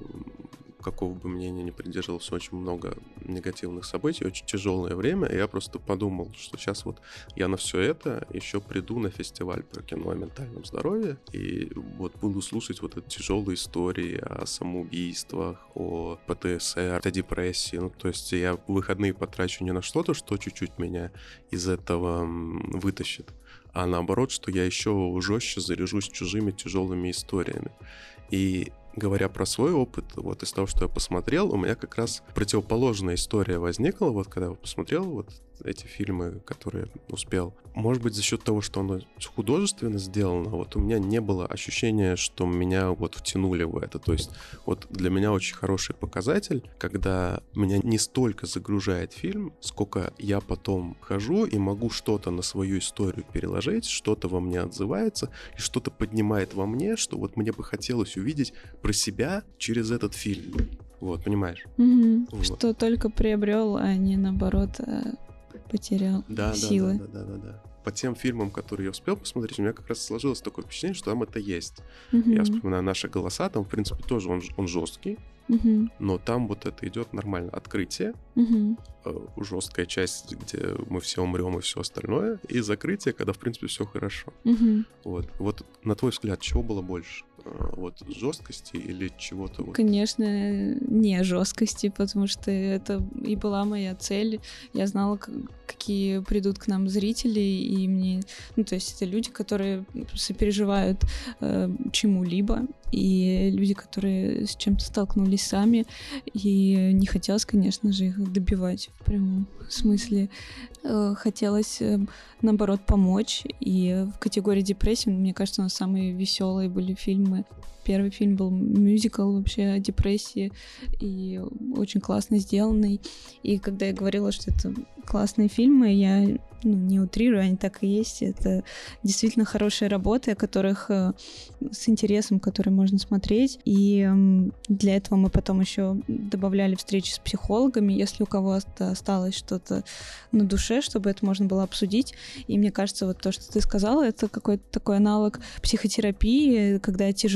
какого бы мнения ни придерживался, очень много негативных событий, очень тяжелое время, и я просто подумал, что сейчас вот я на все это еще приду на фестиваль про кино о ментальном здоровье, и вот буду слушать вот эти тяжелые истории о самоубийствах, о ПТСР, о депрессии. Ну, то есть я выходные потрачу не на что-то, что чуть-чуть меня из этого м, вытащит, а наоборот, что я еще жестче заряжусь чужими тяжелыми историями. И говоря про свой опыт, вот из того, что я посмотрел, у меня как раз противоположная история возникла, вот когда я посмотрел вот эти фильмы, которые успел. Может быть, за счет того, что оно художественно сделано, вот у меня не было ощущения, что меня вот втянули в это. То есть вот для меня очень хороший показатель, когда меня не столько загружает фильм, сколько я потом хожу и могу что-то на свою историю переложить, что-то во мне отзывается, и что-то поднимает во мне, что вот мне бы хотелось увидеть про себя через этот фильм. Вот, понимаешь? Мгм. Вот. Что только приобрел, а не наоборот э, потерял Да, силы. да, да, да, да, да. По тем фильмам, которые я успел посмотреть, у меня как раз сложилось такое впечатление, что там это есть. Мгм. Я вспоминаю «Наши голоса», там, в принципе, тоже он, ж- он жесткий, Мгм. но там вот это идет нормально. Открытие, Мгм. жесткая часть, где мы все умрем и все остальное, и закрытие, когда, в принципе, все хорошо. Мгм. Вот. Вот на твой взгляд, чего было больше? А, Вот жесткости или чего-то вот? Конечно, не жесткости, потому что это и была моя цель. Я знала, к- какие придут к нам зрители, и мне, ну, то есть это люди, которые сопереживают э, чему-либо, и люди, которые с чем-то столкнулись сами, и не хотелось, конечно же, их добивать в прямом смысле. Э, хотелось, э, наоборот, помочь, и в категории депрессии, мне кажется, у нас самые веселые были фильмы. Первый фильм был мюзикл вообще о депрессии, и очень классно сделанный. И когда я говорила, что это классные фильмы, я ну, не утрирую, они так и есть. Это действительно хорошие работы, о которых э, с интересом, которые можно смотреть. И эм, для этого мы потом еще добавляли встречи с психологами, если у кого-то осталось что-то на душе, чтобы это можно было обсудить. И мне кажется, вот то, что ты сказала, это какой-то такой аналог психотерапии, когда тяжело, и ты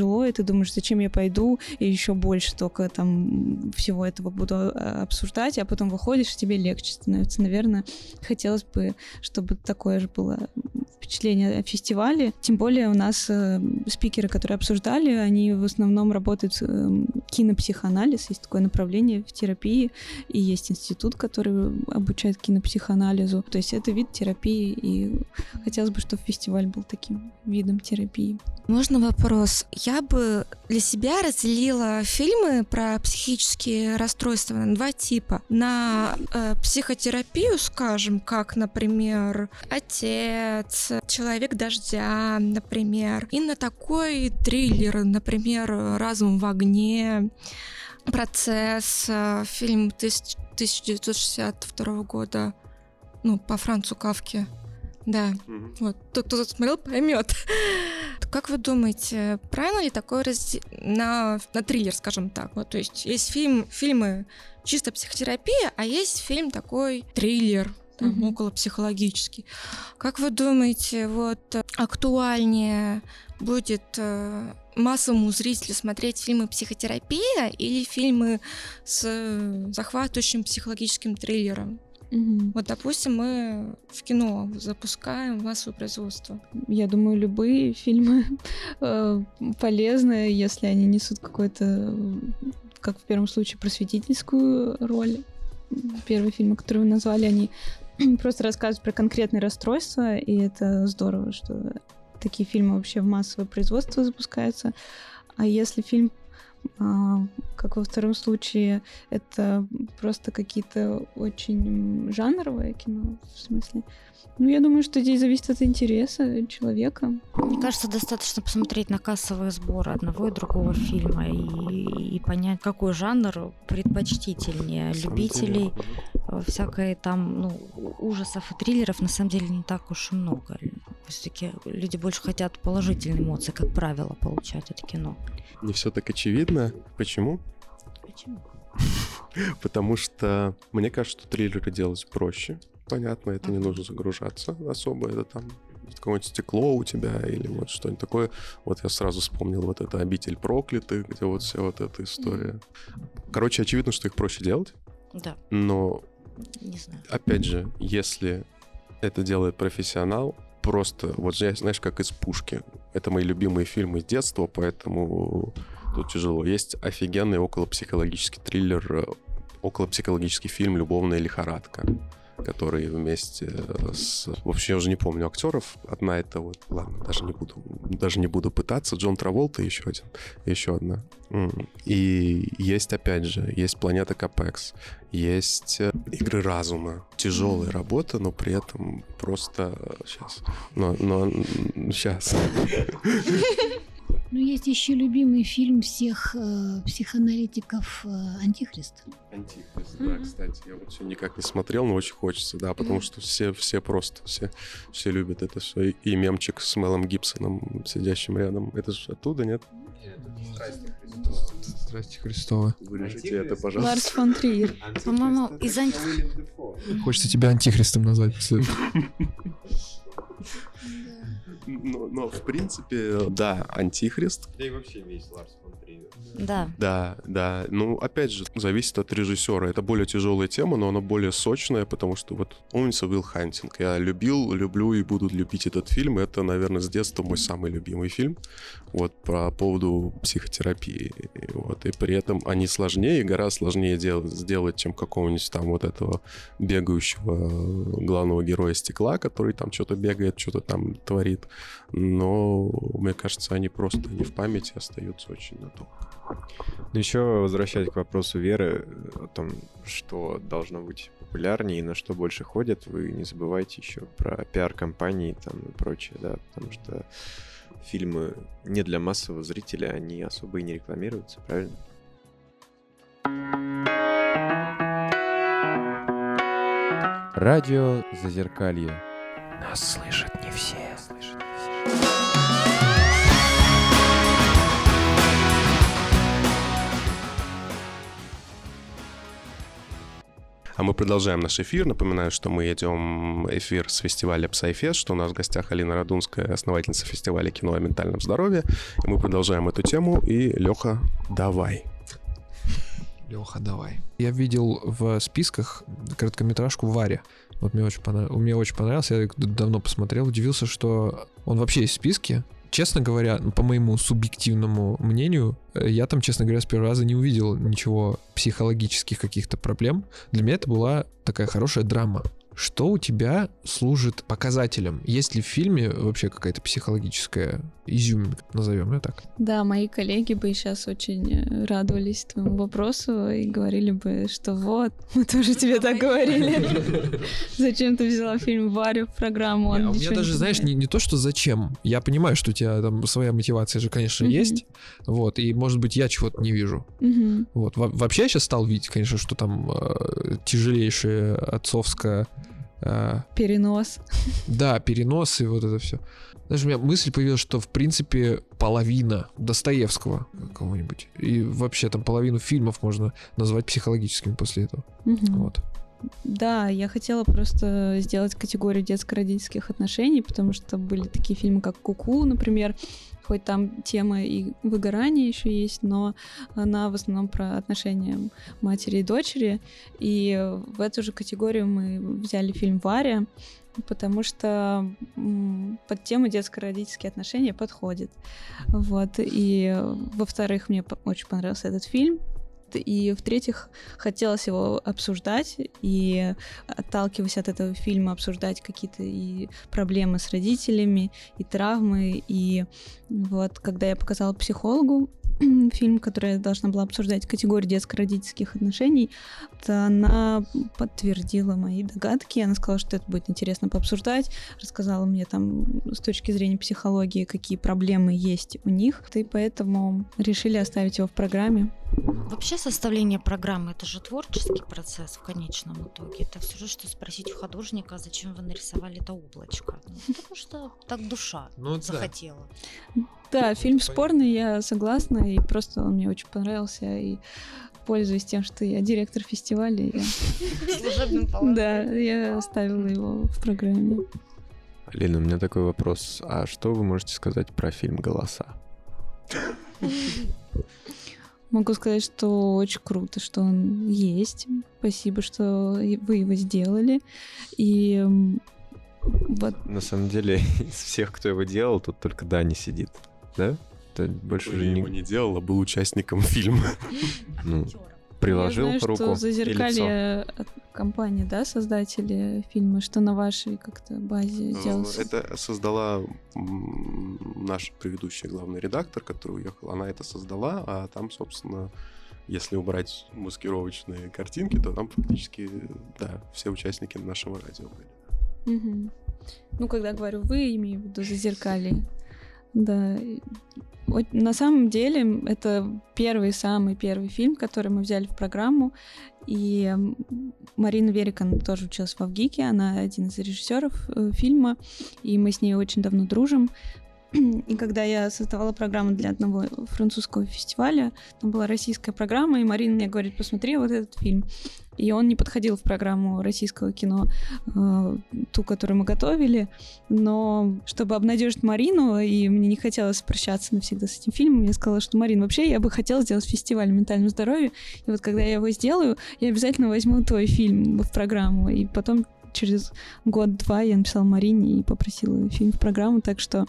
ты думаешь, зачем я пойду, и еще больше только там всего этого буду обсуждать, а потом выходишь, и тебе легче становится. Наверное, хотелось бы, чтобы такое же было впечатление о фестивале. Тем более у нас э, спикеры, которые обсуждали, они в основном работают э, кинопсихоанализ, есть такое направление в терапии, и есть институт, который обучает кинопсихоанализу. То есть это вид терапии, и хотелось бы, чтобы фестиваль был таким видом терапии. Можно вопрос? Я бы для себя разделила фильмы про психические расстройства на два типа. На э, психотерапию, скажем, как, например, «Отец», «Человек дождя», например, и на такой триллер, например, «Разум в огне», «Процесс», фильм тысяча девятьсот шестьдесят второго года, ну, по Францу Кафке. Да, mm-hmm. вот, тот, кто смотрел, поймет. Как вы думаете, правильно ли такое разделение на, на триллер, скажем так? Вот, то есть есть фильм, фильмы чисто психотерапия, а есть фильм такой триллер, там, mm-hmm. около психологический. Как вы думаете, вот актуальнее будет э, массовому зрителю смотреть фильмы психотерапия или фильмы с э, захватывающим психологическим триллером? Угу. Вот, допустим, мы в кино запускаем массовое производство. Я думаю, любые фильмы э, полезны, если они несут какой-то, как в первом случае, просветительскую роль. Первые фильмы, которые вы назвали, они просто рассказывают про конкретные расстройства, и это здорово, что такие фильмы вообще в массовое производство запускаются. А если фильм, как во втором случае, это просто какие-то очень жанровое кино, в смысле. Ну, я думаю, что здесь зависит от интереса человека. Мне кажется, достаточно посмотреть на кассовые сборы одного и другого фильма и, и понять, какой жанр предпочтительнее. Любителей всякой там, ну, ужасов и триллеров на самом деле не так уж и много. Все-таки люди больше хотят положительные эмоции, как правило, получать от кино. Не все так очевидно. Почему? Почему? Потому что мне кажется, что триллеры делать проще. Понятно, это не нужно загружаться особо. Это там какое-нибудь стекло у тебя или вот что-нибудь такое. Вот я сразу вспомнил вот это «Обитель проклятых», где вот вся вот эта история. Короче, очевидно, что их проще делать. Да. Но, не знаю. Опять же, если это делает профессионал, просто, вот знаешь, как из пушки. Это мои любимые фильмы с детства, поэтому тут тяжело. Есть офигенный околопсихологический триллер, околопсихологический фильм «Любовная лихорадка», который вместе с... В общем, я уже не помню актеров. Одна это вот... Ладно, даже не буду, даже не буду пытаться. Джон Траволта и еще один. Еще одна. И есть, опять же, есть «Планета Капекс», есть «Игры разума». Тяжелая работа, но при этом просто... Сейчас. Но, но... Сейчас. Ну, есть еще любимый фильм всех э, психоаналитиков э, «Антихрист». «Антихрист», да, кстати. Я вот все никак не смотрел, но очень хочется, да, потому что все, все просто, все, все любят это все. И, и мемчик с Мелом Гибсоном, сидящим рядом. Это же оттуда, нет? Нет, «Страсти Христовы». «Страсти Христовы». Вырежите это, пожалуйста. Ларс фон Триер. По-моему, из «Антихриста». Хочется тебя антихристом назвать после этого. Но, но, в принципе, да, «Антихрист». Да и вообще весь Ларс фон Триер. Да. Да, да. Ну, опять же, зависит от режиссера. Это более тяжелая тема, но она более сочная, потому что вот «Умница Уилл Хантинг». Я любил, люблю и буду любить этот фильм. Это, наверное, с детства мой самый любимый фильм. Вот по поводу психотерапии. Вот. И при этом они сложнее, гораздо сложнее делать, сделать, чем какого-нибудь там вот этого бегающего главного героя «Стекла», который там что-то бегает, что-то там творит. Но, мне кажется, они просто не в памяти остаются очень надолго. Ну, еще возвращаясь к вопросу Веры о том, что должно быть популярнее и на что больше ходят, вы не забывайте еще про пиар-компании там и прочее, да, потому что фильмы не для массового зрителя, они особо и не рекламируются, правильно? Радио Зазеркалье. Нас слышат не все. Слышат не все. А А мы продолжаем наш эфир. Напоминаю, что мы идем эфир с фестиваля PsyFest, что у нас в гостях Алина Радунская, основательница фестиваля кино о ментальном здоровье. И мы продолжаем эту тему. И, Леха, давай. Леха, давай. Я видел в списках короткометражку «Варя». Вот мне очень, понрав... мне очень понравился, я давно посмотрел, удивился, что он вообще есть в списке. Честно говоря, по моему субъективному мнению, я там, честно говоря, с первого раза не увидел ничего психологических каких-то проблем. Для меня это была такая хорошая драма. Что у тебя служит показателем? Есть ли в фильме вообще какая-то психологическая изюминка, назовем ее так? Да, мои коллеги бы сейчас очень радовались твоему вопросу и говорили бы, что вот, мы тоже тебе так говорили. Зачем ты взяла фильм «Варю» в программу? У меня даже, знаешь, не то, что зачем. Я понимаю, что у тебя там своя мотивация же, конечно, есть. Вот, и, может быть, я чего-то не вижу. Вот. Вообще я сейчас стал видеть, конечно, что там тяжелейшая отцовская... Перенос. Да, перенос и вот это все. Знаешь, у меня мысль появилась, что, в принципе, половина Достоевского кого-нибудь, и вообще там половину фильмов можно назвать психологическими после этого. Угу. Вот. Да, я хотела просто сделать категорию детско-родительских отношений, потому что были такие фильмы, как «Ку-ку», например, хоть там тема и выгорания еще есть, но она в основном про отношения матери и дочери, и в эту же категорию мы взяли фильм «Варя», потому что под тему детско-родительские отношения подходит. Вот. И, во-вторых, мне очень понравился этот фильм. И, в-третьих, хотелось его обсуждать и, отталкиваясь от этого фильма, обсуждать какие-то и проблемы с родителями, и травмы. И вот, когда я показала психологу фильм, который я должна была обсуждать, категорию детско-родительских отношений, то она подтвердила мои догадки. Она сказала, что это будет интересно пообсуждать, рассказала мне там с точки зрения психологии, какие проблемы есть у них, и поэтому решили оставить его в программе. Вообще составление программы — это же творческий процесс в конечном итоге. Это все же, что спросить у художника, зачем вы нарисовали это облачко. Ну, потому что так душа ну, захотела. Да, фильм спорный, я согласна, и просто он мне очень понравился, и пользуясь тем, что я директор фестиваля, я... Да, я оставила его в программе. Алина, у меня такой вопрос. А что вы можете сказать про фильм «Голоса»? Могу сказать, что очень круто, что он есть. Спасибо, что вы его сделали. И вот... На самом деле, из всех, кто его делал, тут только Дани сидит, да? Это больше же я не... его не делал, а был участником фильма. Ну, приложил я знаю, руку что «Зазеркалье» компания, да, создатели фильма, что на вашей как-то базе делался. Это создала наша предыдущая главный редактор, который уехал. Она это создала, а там, собственно, если убрать маскировочные картинки, то там фактически, да, все участники нашего радио были. Угу. Ну, когда говорю «вы», имею в виду «Зазеркалье». Да. На самом деле, это первый, самый первый фильм, который мы взяли в программу. И Марина Верикан тоже училась в ВГИКе, она один из режиссеров фильма, и мы с ней очень давно дружим. И когда я создавала программу для одного французского фестиваля, там была российская программа, и Марина мне говорит: посмотри вот этот фильм. И он не подходил в программу российского кино, э, ту, которую мы готовили. Но чтобы обнадежить Марину, и мне не хотелось прощаться навсегда с этим фильмом, я сказала, что: Марин, вообще я бы хотела сделать фестиваль ментального здоровья. И вот когда я его сделаю, я обязательно возьму твой фильм в программу. И потом через год-два я написала Марине и попросила фильм в программу. Так что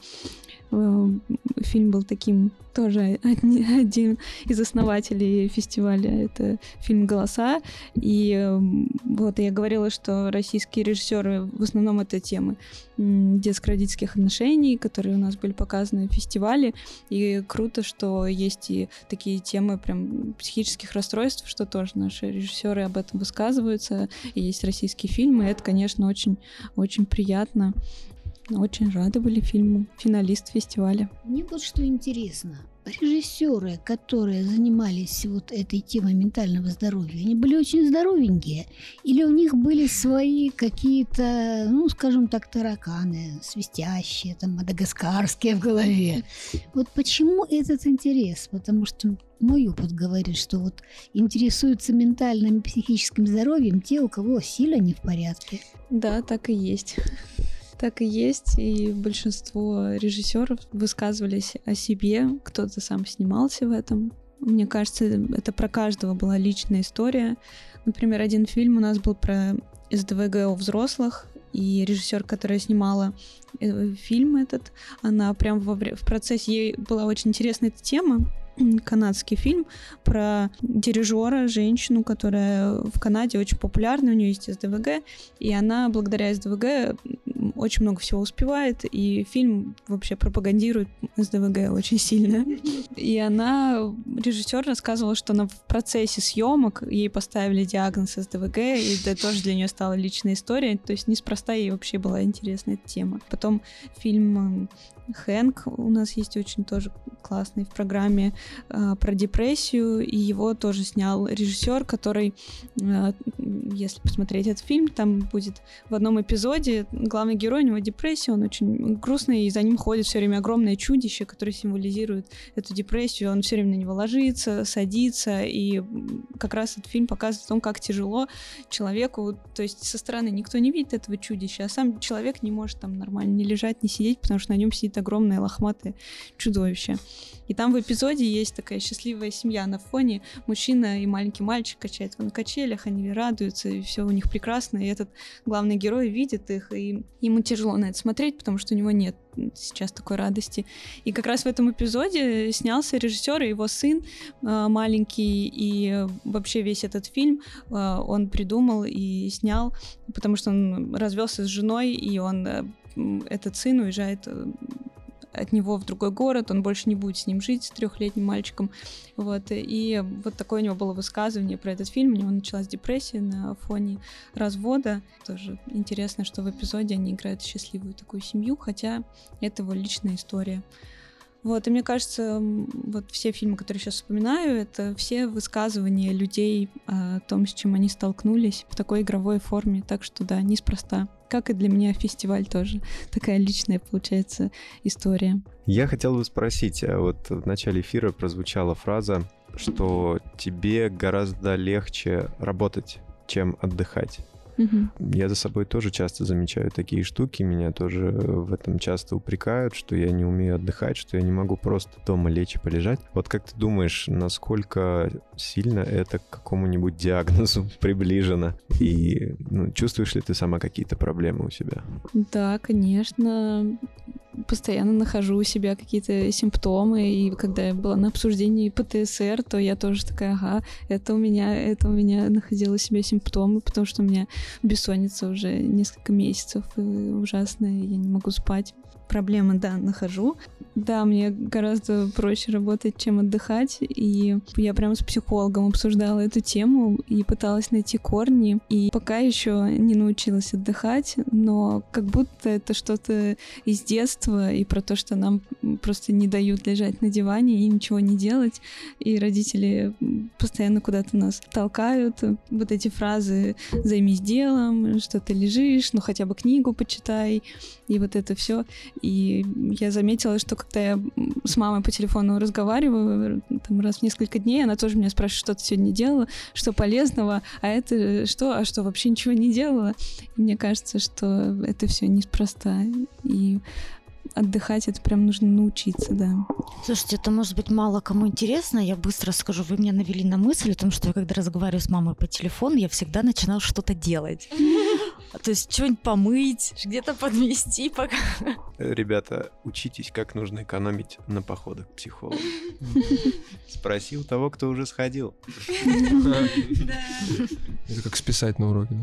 фильм был таким тоже один из основателей фестиваля. Это фильм «Голоса». И вот я говорила, что российские режиссеры в основном это темы детско-родительских отношений, которые у нас были показаны в фестивале. И круто, что есть и такие темы прям психических расстройств, что тоже наши режиссеры об этом высказываются. И есть российские фильмы. И это, конечно, очень, очень приятно. Очень рады были фильму. Финалист фестиваля. Мне вот что интересно. режиссеры, которые занимались вот этой темой ментального здоровья, они были очень здоровенькие? Или у них были свои какие-то, ну, скажем так, тараканы, свистящие, там, мадагаскарские в голове? Вот почему этот интерес? Потому что мой опыт говорит, что вот интересуются ментальным и психическим здоровьем те, у кого сильно не в порядке. Да, так и есть. Так и есть, и большинство режиссеров высказывались о себе, кто-то сам снимался в этом. Мне кажется, это про каждого была личная история. Например, один фильм у нас был про эс дэ вэ гэ у взрослых, и режиссер, которая снимала фильм этот, она прям во вре- в процессе, ей была очень интересна эта тема, канадский фильм про дирижера, женщину, которая в Канаде очень популярна, у нее есть эс дэ вэ гэ, и она благодаря эс дэ вэ гэ очень много всего успевает, и фильм вообще пропагандирует эс дэ вэ гэ очень сильно. И она, режиссер, рассказывала, что она в процессе съемок ей поставили диагноз эс дэ вэ гэ, и это тоже для нее стала личная история, то есть неспроста ей вообще была интересна эта тема. Потом фильм «Хэнк» у нас есть очень тоже классный в программе э, про депрессию, и его тоже снял режиссер, который, э, если посмотреть этот фильм, там будет в одном эпизоде главный герой, у него депрессия, он очень грустный, и за ним ходит все время огромное чудище, которое символизирует эту депрессию, он все время на него ложится, садится, и как раз этот фильм показывает о том, как тяжело человеку, то есть со стороны никто не видит этого чудища, а сам человек не может там нормально не лежать, не сидеть, потому что на нем сидит огромное лохматое чудовище. И там в эпизоде есть такая счастливая семья на фоне. Мужчина и маленький мальчик качаются на качелях, они радуются, и все у них прекрасно. И этот главный герой видит их, и ему тяжело на это смотреть, потому что у него нет сейчас такой радости. И как раз в этом эпизоде снялся режиссер и его сын маленький, и вообще весь этот фильм он придумал и снял, потому что он развелся с женой, и он, этот сын уезжает от него в другой город, он больше не будет с ним жить, с трехлетним мальчиком. Вот. И вот такое у него было высказывание про этот фильм. У него началась депрессия на фоне развода. Тоже интересно, что в эпизоде они играют счастливую такую семью, хотя это его личная история. Вот, и мне кажется, вот все фильмы, которые сейчас вспоминаю, это все высказывания людей о том, с чем они столкнулись в такой игровой форме. Так что да, неспроста. Как и для меня фестиваль тоже. Такая личная, получается, история. Я хотел бы спросить, а вот в начале эфира прозвучала фраза, что тебе гораздо легче работать, чем отдыхать. Угу. Я за собой тоже часто замечаю такие штуки, меня тоже в этом часто упрекают, что я не умею отдыхать, что я не могу просто дома лечь и полежать. Вот как ты думаешь, насколько сильно это к какому-нибудь диагнозу приближено? И ну, чувствуешь ли ты сама какие-то проблемы у себя? Да, конечно. Постоянно нахожу у себя какие-то симптомы, и когда я была на обсуждении пэ тэ эс эр, то я тоже такая, ага, это у меня, это у меня находила у себя симптомы, потому что у меня бессонница уже несколько месяцев, и ужасная, я не могу спать. Проблемы, да, нахожу. Да, мне гораздо проще работать, чем отдыхать, и я прямо с психологом обсуждала эту тему и пыталась найти корни, и пока еще не научилась отдыхать, но как будто это что-то из детства, и про то, что нам просто не дают лежать на диване и ничего не делать, и родители постоянно куда-то нас толкают. Вот эти фразы «займись делом», что ты лежишь, ну хотя бы книгу почитай, и вот это все. И я заметила, что когда я с мамой по телефону разговариваю там, раз в несколько дней, она тоже меня спрашивает, что ты сегодня делала, что полезного, а это что, а что, вообще ничего не делала. И мне кажется, что это все неспроста. И отдыхать это прям нужно научиться, да. Слушайте, это может быть мало кому интересно, я быстро скажу, вы меня навели на мысль о том, что я когда разговариваю с мамой по телефону, я всегда начинала что-то делать. То есть что-нибудь помыть, где-то подмести пока. Ребята, учитесь, как нужно экономить на походах к психологу. Спроси у того, кто уже сходил. Это как списать на уроке.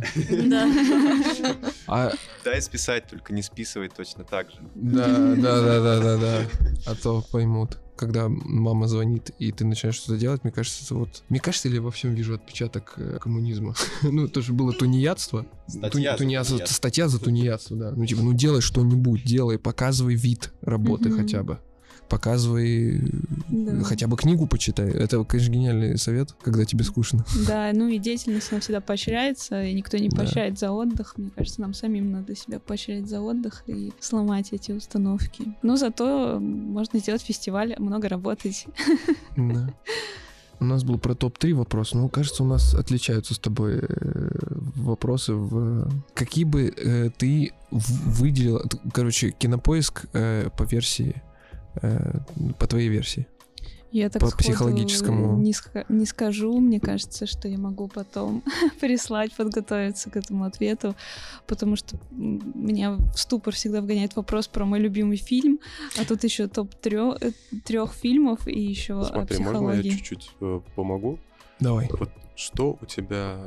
Да. Дай списать, только не списывай точно так же. Да, да, да, да, да, да. А то поймут. Когда мама звонит, и ты начинаешь что-то делать, мне кажется, это вот... Мне кажется, или я во всем вижу отпечаток коммунизма. Ну, тоже было тунеядство. Статья, тунеядство, за статья за тунеядство, да. Ну, типа, ну делай что-нибудь, делай, показывай вид работы хотя бы. показывай, Да. хотя бы книгу почитай. Это, конечно, гениальный совет, когда тебе скучно. Да, ну и деятельность, она всегда поощряется, и никто не Да. поощряет за отдых. Мне кажется, нам самим надо себя поощрять за отдых и сломать эти установки. Но зато можно сделать фестиваль, много работать. Да. У нас был про топ три вопрос, но, кажется, у нас отличаются с тобой э, вопросы. В... Какие бы э, ты в- выделил... т- Короче, Кинопоиск э, по версии... э, по твоей версии. Я так По сходу психологическому- не, ска- не скажу. Мне кажется, что я могу потом прислать, подготовиться к этому ответу, потому что м, меня в ступор всегда вгоняет вопрос про мой любимый фильм, а тут еще топ трех фильмов и еще о Смотри, можно я психологии. чуть-чуть э, помогу? Давай. Вот что у тебя,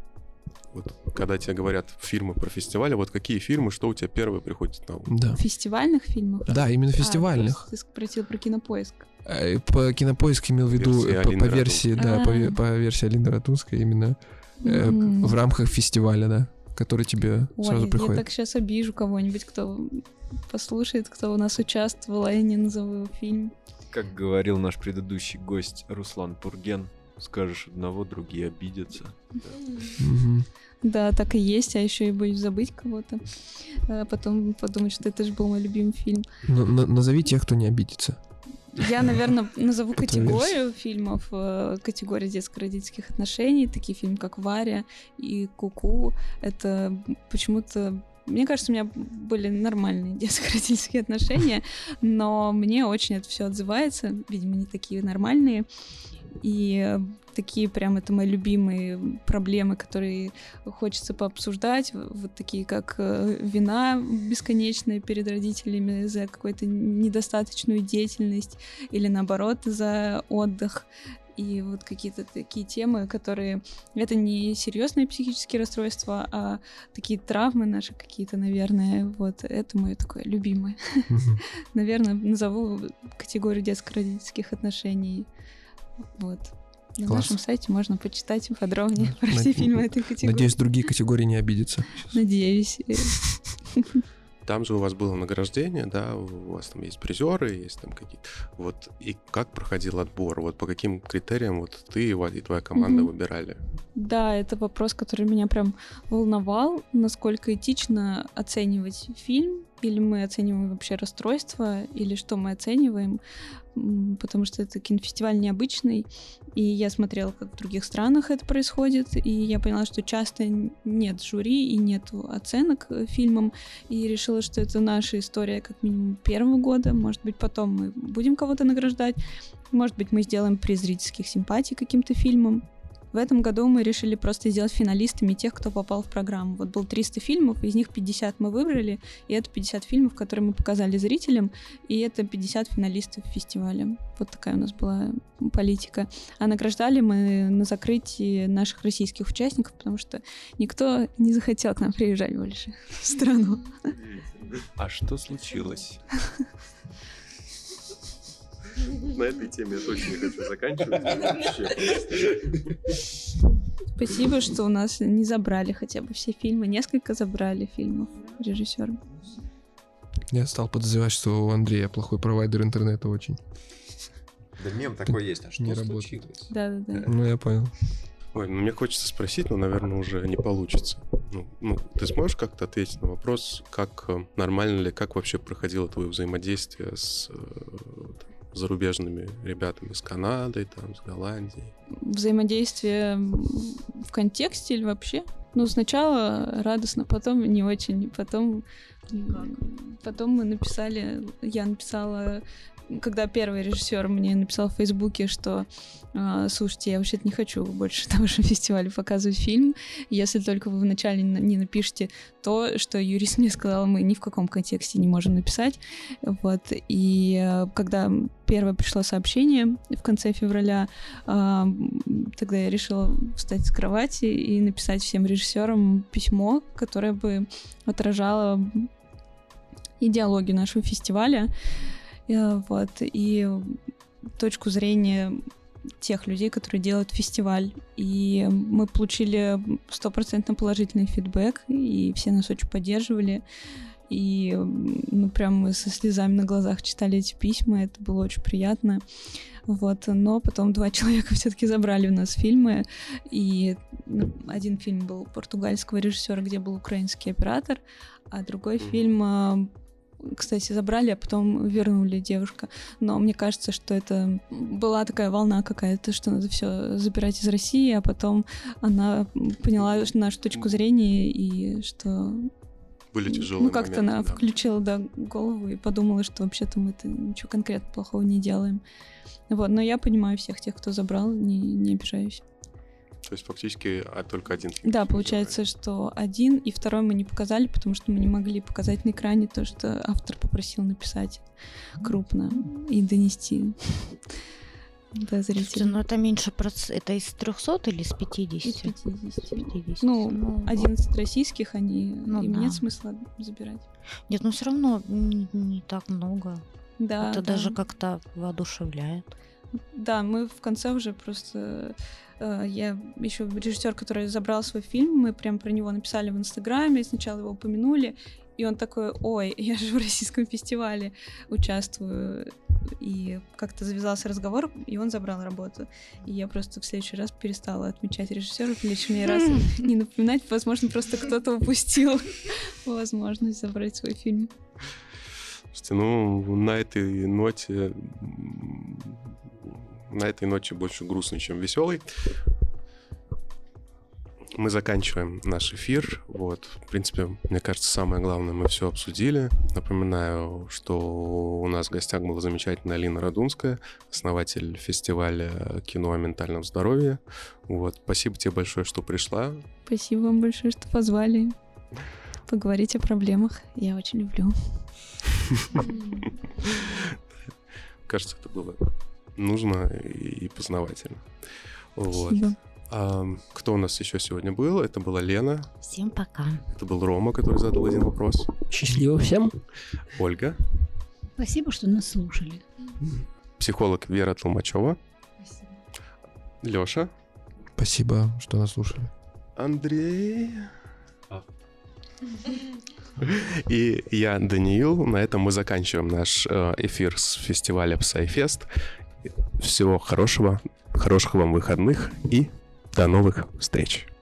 вот когда тебе говорят фильмы про фестивали, вот какие фильмы, что у тебя первое приходит на ум? Да. Фестивальных фильмов? Да, именно А, фестивальных. просто ты спросил про Кинопоиск. Э, По Кинопоиск имел в виду Версии э, по, Алины по версии, да, по, ве- А. по версии Алины Ратунской именно э, М. в рамках фестиваля, да, который тебе сразу Ой, я приходит. так сейчас обижу кого-нибудь, кто послушает, кто у нас участвовал, а я не назову фильм. Как говорил наш предыдущий гость Руслан Пурген, скажешь одного, другие обидятся. Мгм. Да, так и есть, а еще и боюсь забыть кого-то. А потом подумать, что это же был мой любимый фильм. Но- на- назови тех, кто не обидится. Я, наверное, назову По твоей категорию фильмов, э, категория детско-родительских отношений, такие фильмы, как «Варя» и «Ку-ку». Это почему-то... Мне кажется, у меня были нормальные детско-родительские отношения, но мне очень это все отзывается, видимо, не такие нормальные. И э, такие прям это мои любимые проблемы, которые хочется пообсуждать, в- вот такие как э, вина бесконечная перед родителями за какую-то недостаточную деятельность или наоборот за отдых. И вот какие-то такие темы, которые... Это не серьезные психические расстройства, а такие травмы наши какие-то, наверное. Вот это мое такое любимое. Мгм. Наверное, назову категорию детско-родительских отношений. Вот. На Класс. нашем сайте можно почитать подробнее про Над- все фильмы этой категории. Надеюсь, другие категории не обидятся. Надеюсь. Там же у вас было награждение, да, у вас там есть призеры, есть там какие-то. Вот, и как проходил отбор? Вот по каким критериям вот ты и твоя команда Мгм. выбирали? Да, это вопрос, который меня прям волновал, насколько этично оценивать фильм, или мы оцениваем вообще расстройство, или что мы оцениваем, М, потому что это кинофестиваль необычный, и я смотрела, как в других странах это происходит, и я поняла, что часто нет жюри и нет оценок э, фильмам, и решила, что это наша история как минимум первого года, может быть, потом мы будем кого-то награждать, может быть, мы сделаем приз зрительских симпатий каким-то фильмам. В этом году мы решили просто сделать финалистами тех, кто попал в программу. Вот было триста фильмов, из них пятьдесят мы выбрали, и это пятьдесят фильмов, которые мы показали зрителям, и это пятьдесят финалистов фестиваля. Вот такая у нас была политика. А награждали мы на закрытии наших российских участников, потому что никто не захотел к нам приезжать больше в страну. А что случилось? На этой теме я точно не хочу заканчивать. Спасибо, что у нас не забрали хотя бы все фильмы. Несколько забрали фильмов режиссеры. Я стал подозревать, что у Андрея плохой провайдер интернета очень. Да мем такой есть, а что Не работает. случилось? Да-да-да. Ну, я понял. Ой, ну мне хочется спросить, но, наверное, уже не получится. Ну, ну, ты сможешь как-то ответить на вопрос, как э, нормально ли, как вообще проходило твое взаимодействие с э, там, зарубежными ребятами, с Канадой, там, с Голландией? Взаимодействие в контексте или вообще? Ну, сначала радостно, потом не очень, потом... Потом мы написали, я написала, когда первый режиссер мне написал в Фейсбуке, что э, слушайте, я вообще-то не хочу больше на вашем фестивале показывать фильм, если только вы вначале не напишите то, что юрист мне сказал, мы ни в каком контексте не можем написать. Вот. И э, когда первое пришло сообщение в конце февраля, э, тогда я решила встать с кровати и написать всем режиссерам письмо, которое бы отражало идеологию нашего фестиваля. Вот, и точку зрения тех людей, которые делают фестиваль. И мы получили стопроцентно положительный фидбэк, и все нас очень поддерживали. и ну прям мы со слезами на глазах читали эти письма, это было очень приятно. Вот, но потом два человека все-таки забрали у нас фильмы, и один фильм был португальского режиссера, где был украинский оператор, а другой mm-hmm. фильм, кстати, забрали, а потом вернули девушка. Но мне кажется, что это была такая волна какая-то, что надо все забирать из России, а потом она поняла нашу точку зрения и что... Были тяжелые Ну, как-то моменты, она да. включила, да, голову и подумала, что вообще-то мы-то ничего конкретно плохого не делаем. Вот, но я понимаю всех тех, кто забрал, не, не обижаюсь. То есть фактически а, только один фильм. Да, получается, забрали. Что один, и второй мы не показали, потому что мы не могли показать на экране то, что автор попросил написать крупно и донести до зрителей. Ну, это меньше проц... Это из трехсот или из пятидесяти? Из пятидесяти. пятидесяти. Ну, ну, одиннадцать российских, они... Ну, им да. нет смысла забирать. Нет, ну все равно не, не так много. Да, это да. даже как-то воодушевляет. Да, мы в конце уже просто... Э, я еще режиссер, который забрал свой фильм, мы прям про него написали в Инстаграме, сначала его упомянули, и он такой: ой, я же в российском фестивале участвую. И как-то завязался разговор, и он забрал работу. И я просто в следующий раз перестала отмечать режиссеров, лишний раз не напоминать. Возможно, просто кто-то упустил возможность забрать свой фильм. Слушайте, ну, на этой ноте... На этой ноте больше грустный, чем веселый. Мы заканчиваем наш эфир. Вот. В принципе, мне кажется, самое главное мы все обсудили. Напоминаю, что у нас в гостях была замечательная Алина Радунская, основатель фестиваля кино о ментальном здоровье. Вот. Спасибо тебе большое, что пришла. Спасибо вам большое, что позвали поговорить о проблемах. Я очень люблю. Кажется, это было нужно и познавательно. Вот. Спасибо. А, кто у нас еще сегодня был? Это была Лена. Всем пока. Это был Рома, который задал один вопрос. Счастливо всем. Ольга. Спасибо, что нас слушали. Психолог Вера Толмачева. Лёша. Спасибо, что нас слушали. Андрей. И я, Даниил. На этом мы заканчиваем наш эфир с фестиваля PsyFest. Всего хорошего, хороших вам выходных и до новых встреч.